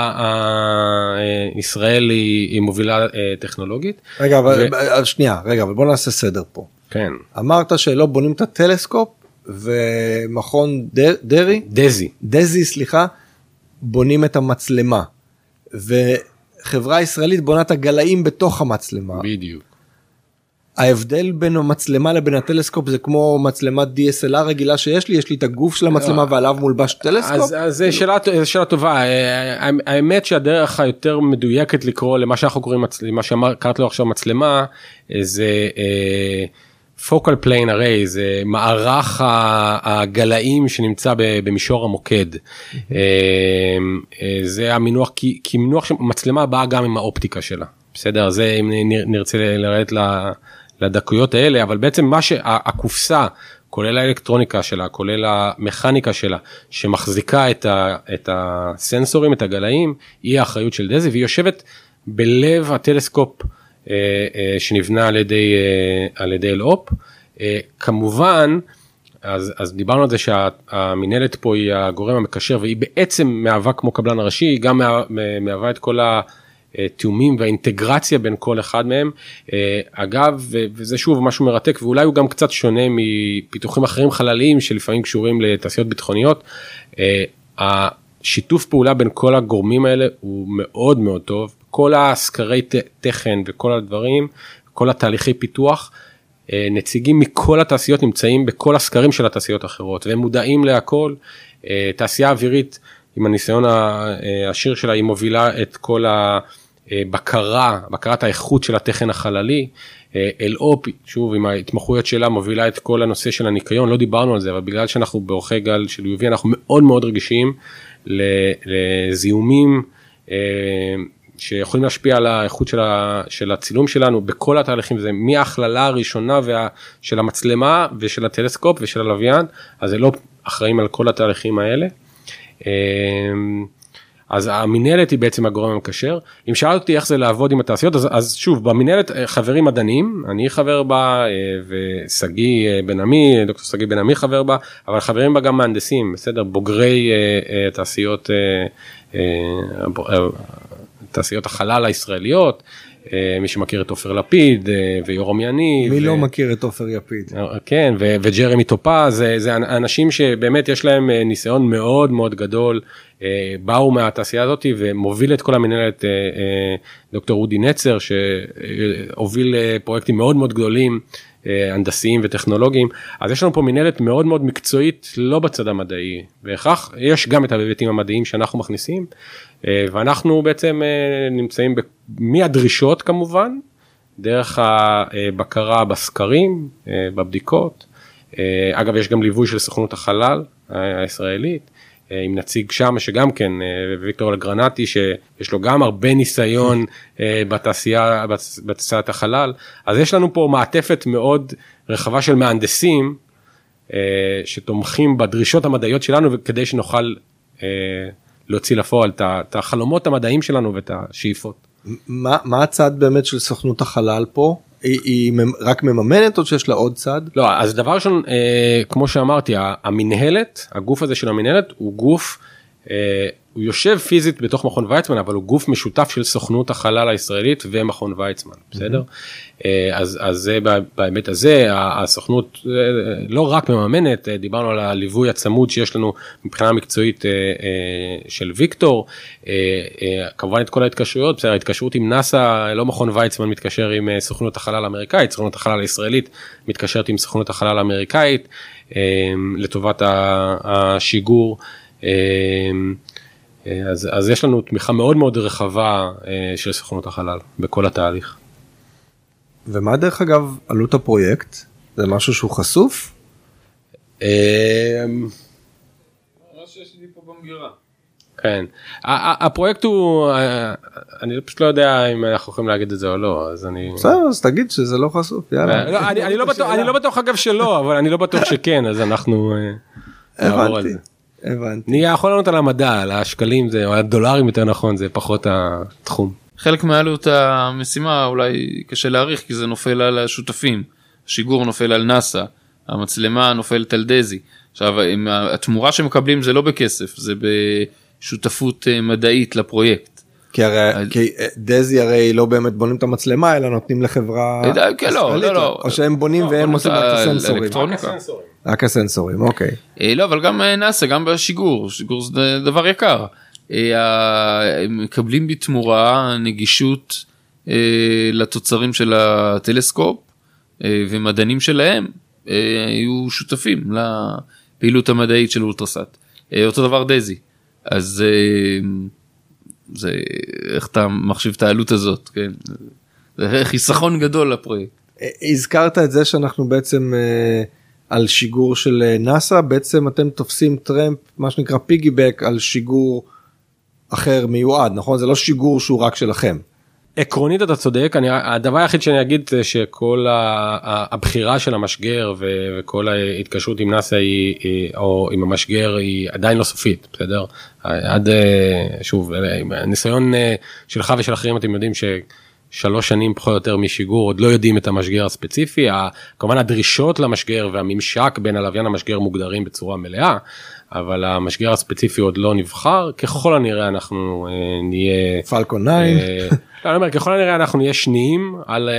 ישראל היא מובילה טכנולוגית. רגע, אבל שנייה, רגע, אבל בוא נעשה סדר פה. כן. אמרת שלא בונים את הטלסקופ, ומכון דרי? דזי. דזי, סליחה, בונים את המצלמה. וחברה ישראלית בונה את הגלאים בתוך המצלמה. בדיוק. ההבדל בין המצלמה לבין הטלסקופ זה כמו מצלמת די אס אל אר רגילה שיש לי, יש לי את הגוף של המצלמה ועליו מולבש טלסקופ? אז, אז זה שאלה, שאלה טובה. האמת שהדרך היותר מדויקת לקרוא למה שאנחנו קוראים, מה שקראת לו עכשיו מצלמה, זה focal plane array, זה מערך הגלאים שנמצא במישור המוקד. זה המינוח, כי, כי מינוח שמצלמה באה גם עם האופטיקה שלה. בסדר? זה אם נרצה לרדת ל... לדקויות האלה, אבל בעצם מה שהקופסה, כולל האלקטרוניקה שלה, כולל המכניקה שלה, שמחזיקה את, ה, את הסנסורים, את הגלאים, היא האחריות של דזי, והיא יושבת בלב הטלסקופ אה, אה, שנבנה על ידי, אה, על ידי אלאופ. אה, כמובן, אז, אז דיברנו על זה שהמנהלת פה היא הגורם המקשר, והיא בעצם מהווה כמו קבלן הראשי, היא גם מהווה את כל ה... תאומים והאינטגרציה בין כל אחד מהם. אגב, וזה שוב משהו מרתק, ואולי הוא גם קצת שונה מפיתוחים אחרים חלליים שלפעמים קשורים לתעשיות ביטחוניות. השיתוף פעולה בין כל הגורמים האלה הוא מאוד מאוד טוב. כל הסקרי תכן וכל הדברים, כל התהליכי פיתוח, נציגים מכל התעשיות נמצאים בכל הסקרים של התעשיות האחרות, והם מודעים להכל. תעשייה אווירית, עם הניסיון העשיר שלה, היא מובילה את כל הבקרה, בקרת האיכות של התכן החללי. אלאופ, שוב, עם ההתמחויות שלה, מובילה את כל הנושא של הניקיון, לא דיברנו על זה, אבל בגלל שאנחנו באורכי גל של יו וי, אנחנו מאוד מאוד רגישים לזיהומים שיכולים להשפיע על האיכות של, של הצילום שלנו, בכל התהליכים, זה מההכללה הראשונה וה, של המצלמה ושל הטלסקופ ושל הלוויין, אז אלאופ אחראים על כל התהליכים האלה. אז המנהלת היא בעצם הגורם המקשר. אם שאלת אותי איך זה לעבוד עם התעשיות, אז, אז שוב, במנהלת חברים מדענים, אני חבר בה, וסגי בן עמי, דוקטור סגי בן עמי חבר בה, אבל חברים בה גם מהנדסים, בסדר, בוגרי תעשיות, תעשיות החלל הישראליות, מי שמכיר את עופר לפיד ויורם יניב. מי לא מכיר את עופר לפיד? כן, וג'רמי טופז, זה, זה אנשים שבאמת יש להם ניסיון מאוד מאוד גדול, באו מהתעשייה הזאת ומוביל את כל המנהלת דוקטור אודי נצר, שהוביל פרויקטים מאוד מאוד גדולים, הנדסיים וטכנולוגיים. אז יש לנו פה מנהלת מאוד מאוד מקצועית, לא בצד המדעי, וכך יש גם את ההיבטים המדעיים שאנחנו מכניסים, ואנחנו בעצם נמצאים מהדרישות כמובן, דרך הבקרה בסקרים, בבדיקות. אגב, יש גם ליווי של סוכנות החלל הישראלית, עם נציג שם שגם כן, ויקטור אלגרנטי, שיש לו גם הרבה ניסיון בתעשייה, בתעשיית החלל. אז יש לנו פה מעטפת מאוד רחבה של מהנדסים, שתומכים בדרישות המדעיות שלנו, וכדי שנוכל להוציא לפועל את החלומות המדעיים שלנו ואת השאיפות. מה, מה הצד באמת של סוכנות החלל פה? היא, היא רק מממנת או שיש לה עוד צד? לא, אז דבר ראשון, אה, כמו שאמרתי, המנהלת, הגוף הזה של המנהלת, הוא גוף, אה, הוא יושב פיזית בתוך מכון ויצמן, אבל הוא גוף משותף של סוכנות החלל הישראלית ומכון ויצמן, בסדר? אה, אז, אז זה, באמת הזה, הסוכנות לא רק מממנת, דיברנו על הליווי הצמוד שיש לנו מבחינה מקצועית אה, אה, של ויקטור, אה, אה, כמובן את כל ההתקשרויות, בסדר, ההתקשרות עם נאסא, לא מכון ויצמן מתקשר עם סוכנות החלל האמריקאית, סוכנות החלל הישראלית מתקשרת עם סוכנות החלל האמריקאית, אה, לטובת השיגור, אה, אז, אז יש לנו תמיכה מאוד מאוד רחבה אה, של סוכנות החלל בכל התהליך. ומה דרך אגב עלות הפרויקט? זה משהו שהוא חשוף? אה, כן, הפרויקט הוא, אני פשוט לא יודע אם אנחנו יכולים להגיד את זה או לא, אז אני... בסדר, אז תגיד שזה לא חשוף, יאללה. אני לא בטוח אגב שלא, אבל אני לא בטוח שכן, אז אנחנו נעבור על זה. הבנתי. נהיה יכול לענות על המדע, על השקלים, או על הדולרים יותר נכון, זה פחות התחום. חלק מעלות המשימה אולי קשה להעריך, כי זה נופל על השותפים. השיגור נופל על נאסא, המצלמה נופלת על דזי. עכשיו, התמורה שמקבלים זה לא בכסף, זה בשותפות מדעית לפרויקט. כי הרי, כי דזי הרי לא באמת בונים את המצלמה, אלא נותנים לחברה... לא, לא, לא. או שהם בונים והם עושים רק הסנסורים. אלקטרוניקה. רק הסנסורים, אוקיי. לא, אבל גם נאסא, גם בשיגור, שיגור זה דבר יקר. הם מקבלים בתמורה נגישות לתוצרים של הטלסקופ, ומדענים שלהם היו שותפים לפעילות המדעית של אולטרסאט. אותו דבר דזי. אז זה, איך אתה מחשיב את העלות הזאת, כן? זה חיסכון גדול לפרויקט. הזכרת את זה שאנחנו בעצם על שיגור של נאסא, בעצם אתם תופסים טרמפ, מה שנקרא פיגיבק, על שיגור אחר מיועד, נכון? זה לא שיגור שהוא רק שלכם. עקרונית אתה צודק, אני, הדבר היחיד שאני אגיד זה שכל הבחירה של המשגר וכל ההתקשרות עם נאס"א היא, או עם המשגר היא עדיין לא סופית, בסדר? עד, שוב, הניסיון שלך ושל אחרים אתם יודעים ששלוש שנים פחות או יותר משיגור עוד לא יודעים את המשגר הספציפי, כמובן הדרישות למשגר והממשק בין הלוויין המשגר מוגדרים בצורה מלאה, אבל המשגר הספציפי עוד לא נבחר, ככל הנראה אנחנו נהיה... פלקון ניין. אני אומר, ככל הנראה אנחנו נהיה שניים על,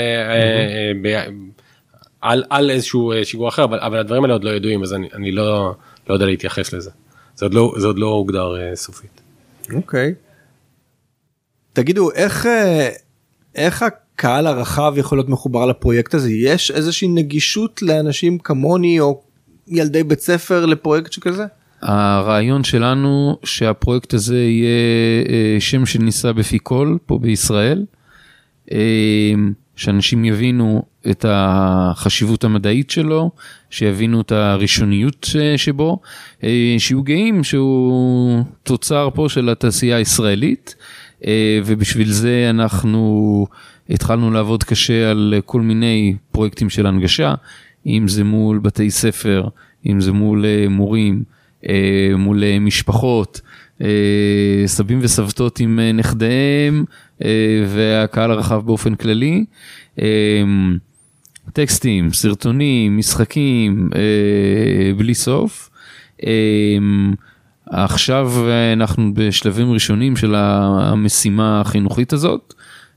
על, על איזשהו שיגור אחר, אבל, אבל הדברים האלה עוד לא ידועים, אז אני, אני לא, לא יודע להתייחס לזה. זה עוד לא, זה עוד לא הוגדר סופית. אוקיי. תגידו, איך, איך הקהל הרחב יכול להיות מחובר לפרויקט הזה? יש איזושהי נגישות לאנשים כמוני או ילדי בית ספר לפרויקט שכזה? הרעיון שלנו שהפרויקט הזה יהיה שם שניסה בפי כל פה בישראל, שאנשים יבינו את החשיבות המדעית שלו, שיבינו את הראשוניות שבו, שיהיו גאים שהוא תוצר פה של התעשייה הישראלית, ובשביל זה אנחנו התחלנו לעבוד קשה על כל מיני פרויקטים של הנגשה, אם זה מול בתי ספר, אם זה מול מורים, מול משפחות, סבים וסבתות עם נכדיהם, והקהל הרחב באופן כללי, טקסטים, סרטונים, משחקים, בלי סוף. עכשיו אנחנו בשלבים ראשונים של המשימה החינוכית הזאת,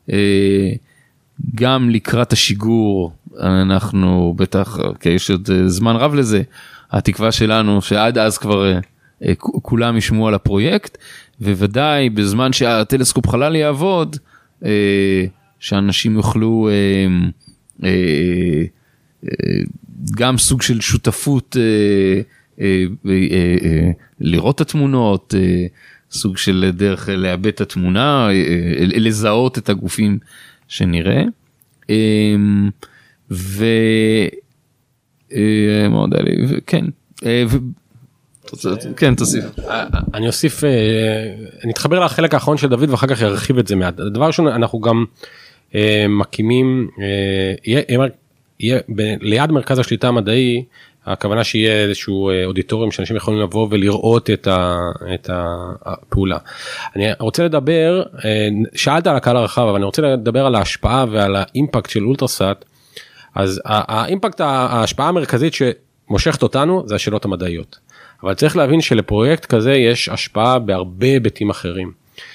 גם לקראת השיגור, אנחנו בטח, כי יש עוד זמן רב לזה, התקווה שלנו שעד אז כבר כולם ישמעו על הפרויקט, וודאי בזמן שהטלסקופ חלל יעבוד, שאנשים יוכלו גם סוג של שותפות, לראות את התמונות, סוג של דרך לאבד את התמונה, לזהות את הגופים שנראה, ו... מאוד עלי, כן, כן, תוסיף. אני אוסיף, אני אתחבר לחלק האחרון של דוד ואחר כך ירחיב את זה מעט. הדבר ראשון, אנחנו גם מקימים, יהיה ליד מרכז השליטה המדעי, הכוונה שיהיה איזשהו אודיטוריום שאנשים יכולים לבוא ולראות את הפעולה. אני רוצה לדבר, שאלת על הקהל הרחב, אבל אני רוצה לדבר על ההשפעה ועל האימפקט של אולטרסאט. אז האימפקט, ההשפעה המרכזית שמושכת אותנו זה השאלות המדעיות. אבל צריך להבין שלפרויקט כזה יש השפעה בהרבה היבטים אחרים.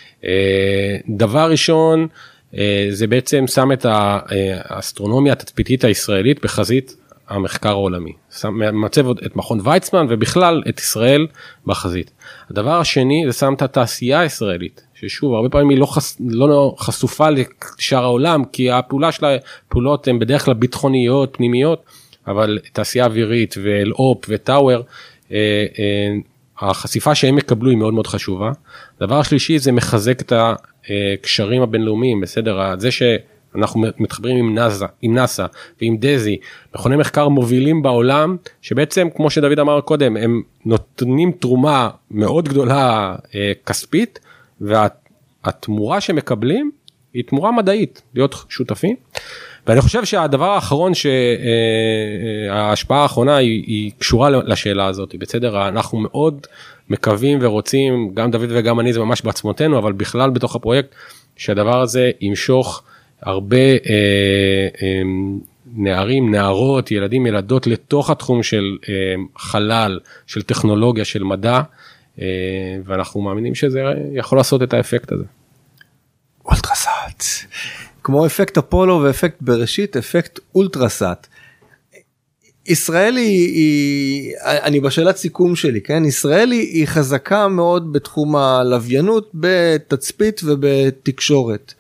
דבר ראשון, זה בעצם שם את האסטרונומיה התצפיתית הישראלית בחזית המחקר העולמי. מצב את מכון ויצמן ובכלל את ישראל בחזית. הדבר השני זה שם את התעשייה הישראלית, ששוב הרבה פעמים היא לא, חש, לא חשופה לשאר העולם, כי הפעולה שלה, פעולות הן בדרך כלל ביטחוניות, פנימיות, אבל תעשייה אווירית ואל-אופ וטאוור, אה, אה, החשיפה שהם מקבלו היא מאוד מאוד חשובה. הדבר השלישי זה מחזק את הקשרים הבינלאומיים, בסדר, זה ש... אנחנו מתחברים עם נאס"א, עם נאס"א ועם דזי, מכוני מחקר מובילים בעולם, שבעצם, כמו שדוד אמר קודם, הם נותנים תרומה מאוד גדולה אה, כספית, והתמורה שמקבלים היא תמורה מדעית, להיות שותפים. ואני חושב שהדבר האחרון, שההשפעה האחרונה היא, היא קשורה לשאלה הזאת, בסדר, אנחנו מאוד מקווים ורוצים, גם דוד וגם אני זה ממש בעצמותינו, אבל בכלל בתוך הפרויקט, שהדבר הזה ימשוך, הרבה אה, אה, נערים, נערות, ילדים, ילדות לתוך התחום של אה, חלל, של טכנולוגיה, של מדע, אה, ואנחנו מאמינים שזה יכול לעשות את האפקט הזה. אולטרסאט. כמו אפקט אפולו ואפקט בראשית, אפקט אולטרסאט. ישראל היא, היא, אני בשאלת סיכום שלי, כן? ישראל היא, היא חזקה מאוד בתחום הלוויינות, בתצפית ובתקשורת.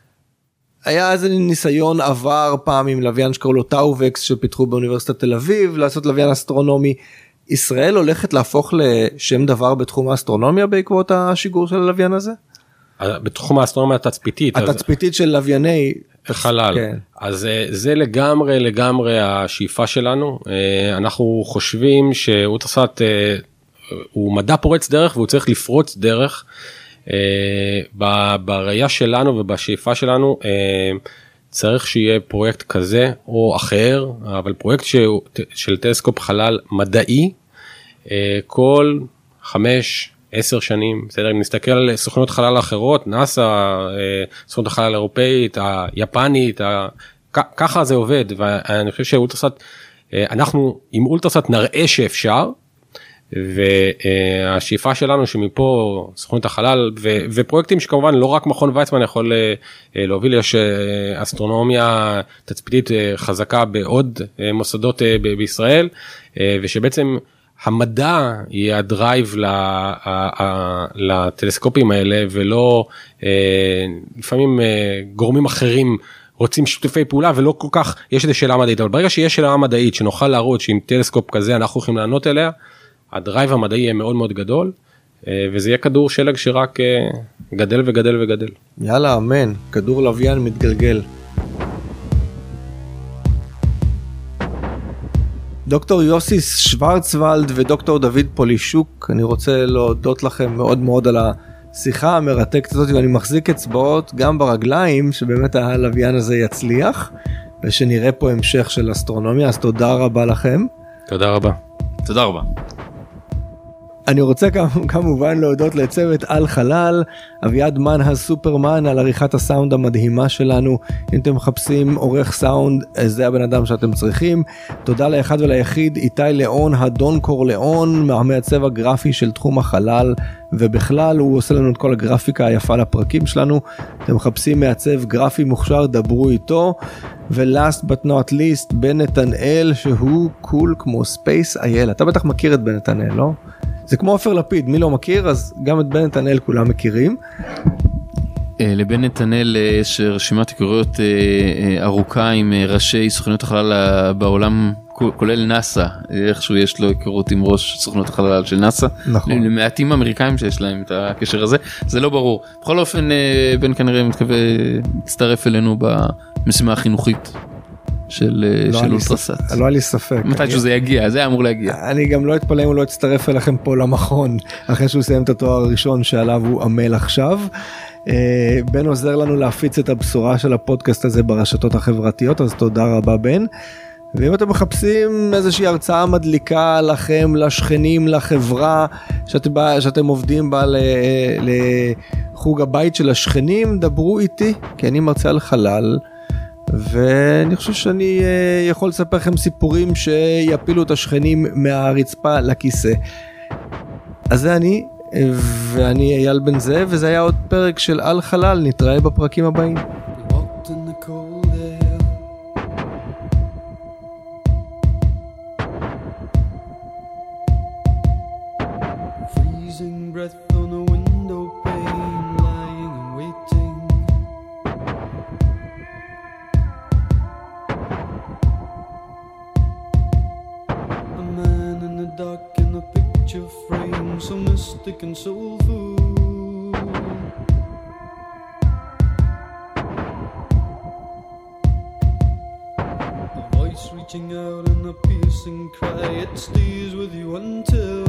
היה איזה ניסיון עבר פעם עם לוויין שקראו לו טאובקס שפיתחו באוניברסיטת תל אביב לעשות לוויין אסטרונומי. ישראל הולכת להפוך לשם דבר בתחום האסטרונומיה בעקבות השיגור של הלוויין הזה? בתחום האסטרונומיה התצפיתית. התצפיתית של לווייני חלל. כן. אז זה לגמרי לגמרי השאיפה שלנו. אנחנו חושבים שאולטרסאט הוא מדע פורץ דרך והוא צריך לפרוץ דרך. בראייה שלנו ובשאיפה שלנו צריך שיהיה פרויקט כזה או אחר, אבל פרויקט של טלסקופ חלל מדעי כל חמש עשר שנים. בסדר, אם נסתכל על סוכנות חלל אחרות, נאסא, סוכנות החלל האירופאית, היפנית, ככה זה עובד, ואני חושב שאולטרסאט, אנחנו עם אולטרסאט נראה שאפשר, והשאיפה שלנו שמפה סוכנות החלל ופרויקטים שכמובן לא רק מכון ויצמן יכול להוביל, יש אסטרונומיה תצפיתית חזקה בעוד מוסדות בישראל, ושבעצם המדע יהיה הדרייב לטלסקופים האלה, ולא לפעמים גורמים אחרים רוצים שיתופי פעולה, ולא כל כך יש איזו שאלה מדעית, אבל ברגע שיש שאלה מדעית שנוכל להראות שעם טלסקופ כזה אנחנו יכולים לענות אליה, הדרייב המדעי יהיה מאוד מאוד גדול, וזה יהיה כדור שלג שרק גדל וגדל וגדל. יאללה, אמן, כדור לוויין מתגלגל. דוקטור יוסיס שוורצוולד ודוקטור דוד פולישוק, אני רוצה להודות לכם מאוד מאוד על השיחה המרתקת הזאת, ואני מחזיק אצבעות גם ברגליים שבאמת הלוויין הזה יצליח, ושנראה פה המשך של אסטרונומיה, אז תודה רבה לכם. תודה רבה. תודה רבה. אני רוצה כמובן להודות לצוות על חלל, אביעד מן הסופרמן על עריכת הסאונד המדהימה שלנו. אם אתם מחפשים עורך סאונד, זה הבן אדם שאתם צריכים. תודה לאחד וליחיד איתי ליאון, הדון קורליאון, מהמעצב הגרפי של תחום החלל, ובכלל הוא עושה לנו את כל הגרפיקה היפה לפרקים שלנו. אתם מחפשים מעצב גרפי מוכשר, דברו איתו. ולאסט but not least, בן נתנאל, שהוא קול כמו ספייס אייל. אתה בטח מכיר את בן נתנאל, לא? זה כמו עופר לפיד, מי לא מכיר, אז גם את בן נתנאל כולם מכירים. לבן נתנאל יש רשימת היכרויות ארוכה עם ראשי סוכנות החלל בעולם, כולל נאסא, איכשהו יש לו היכרות עם ראש סוכנות החלל של נאסא. נכון. למעטים אמריקאים שיש להם את הקשר הזה, זה לא ברור. בכל אופן, בן כנראה מתכוון להצטרף אלינו במשימה החינוכית של אולטרסאט. לא היה לי ספק. מתי שזה יגיע, זה אמור להגיע. אני גם לא אתפלא אם הוא לא יצטרף אליכם פה למכון, אחרי שהוא סיים את התואר הראשון שעליו הוא עמל עכשיו. בן עוזר לנו להפיץ את הבשורה של הפודקאסט הזה ברשתות החברתיות, אז תודה רבה בן. ואם אתם מחפשים איזושהי הרצאה מדליקה לכם, לשכנים, לחברה שאתם, שאתם עובדים בה לחוג הבית של השכנים, דברו איתי, כי אני מרצה על חלל, ואני חושב שאני יכול לספר לכם סיפורים שיפילו את השכנים מהרצפה לכיסא. אז זה אני, ואני אייל בן זאב, וזה היה עוד פרק של על חלל, נתראה בפרקים הבאים. Breath on the window pane, lying and waiting. A man in the dark in a picture frame, so mystic and soulful. A voice reaching out in a piercing cry, it stays with you until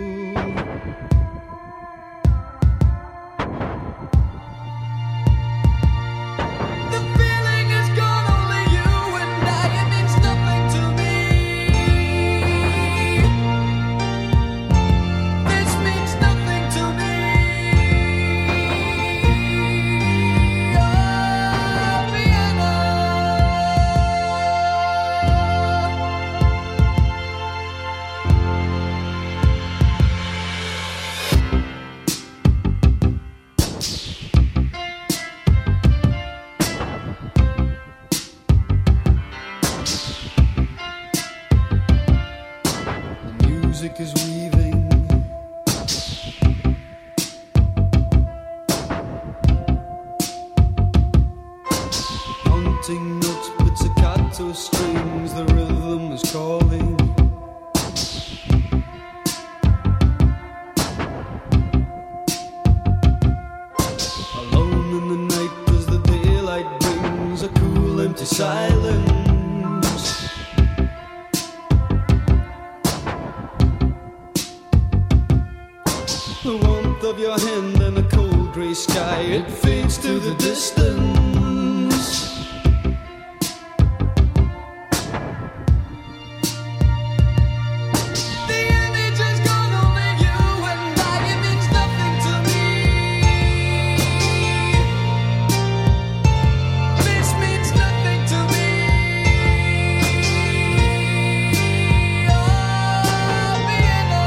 is weaving. Haunting notes, pizzicato strings, the rhythm is calling. Alone in the night as the daylight brings a cool empty silence. The warmth of your hand and a cold gray sky, it fades to the distance. The image is gone, only you and I, it means nothing to me. This means nothing to me. Oh, Vienna.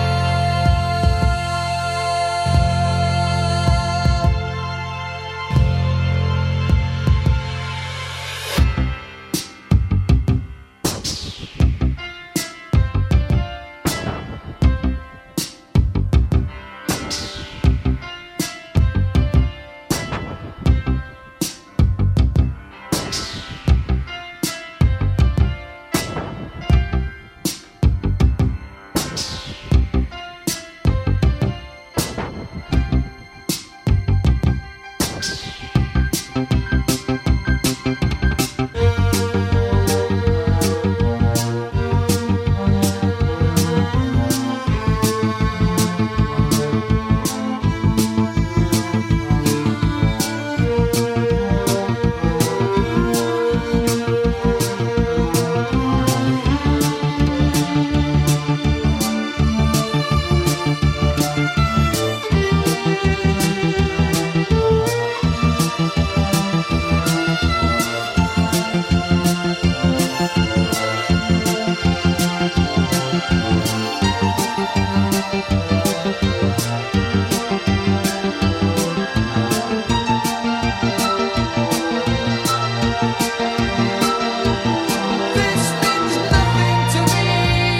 This means nothing to me.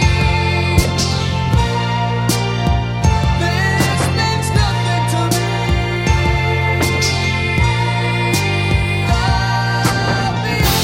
This means nothing to me. Oh,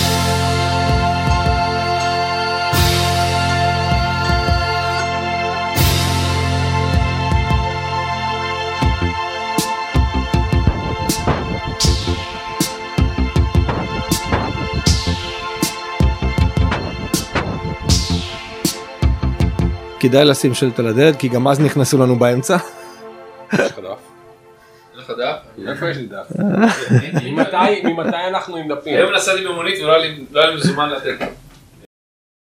כדאי לשים שלט על הדלת, כי גם אז נכנסו לנו באמצע. יש לך דף? אין לך דף? איפה יש לי דף? ממתי אנחנו עם דפים? היום נסעתי במונית ולא היה לי מזומן לתת.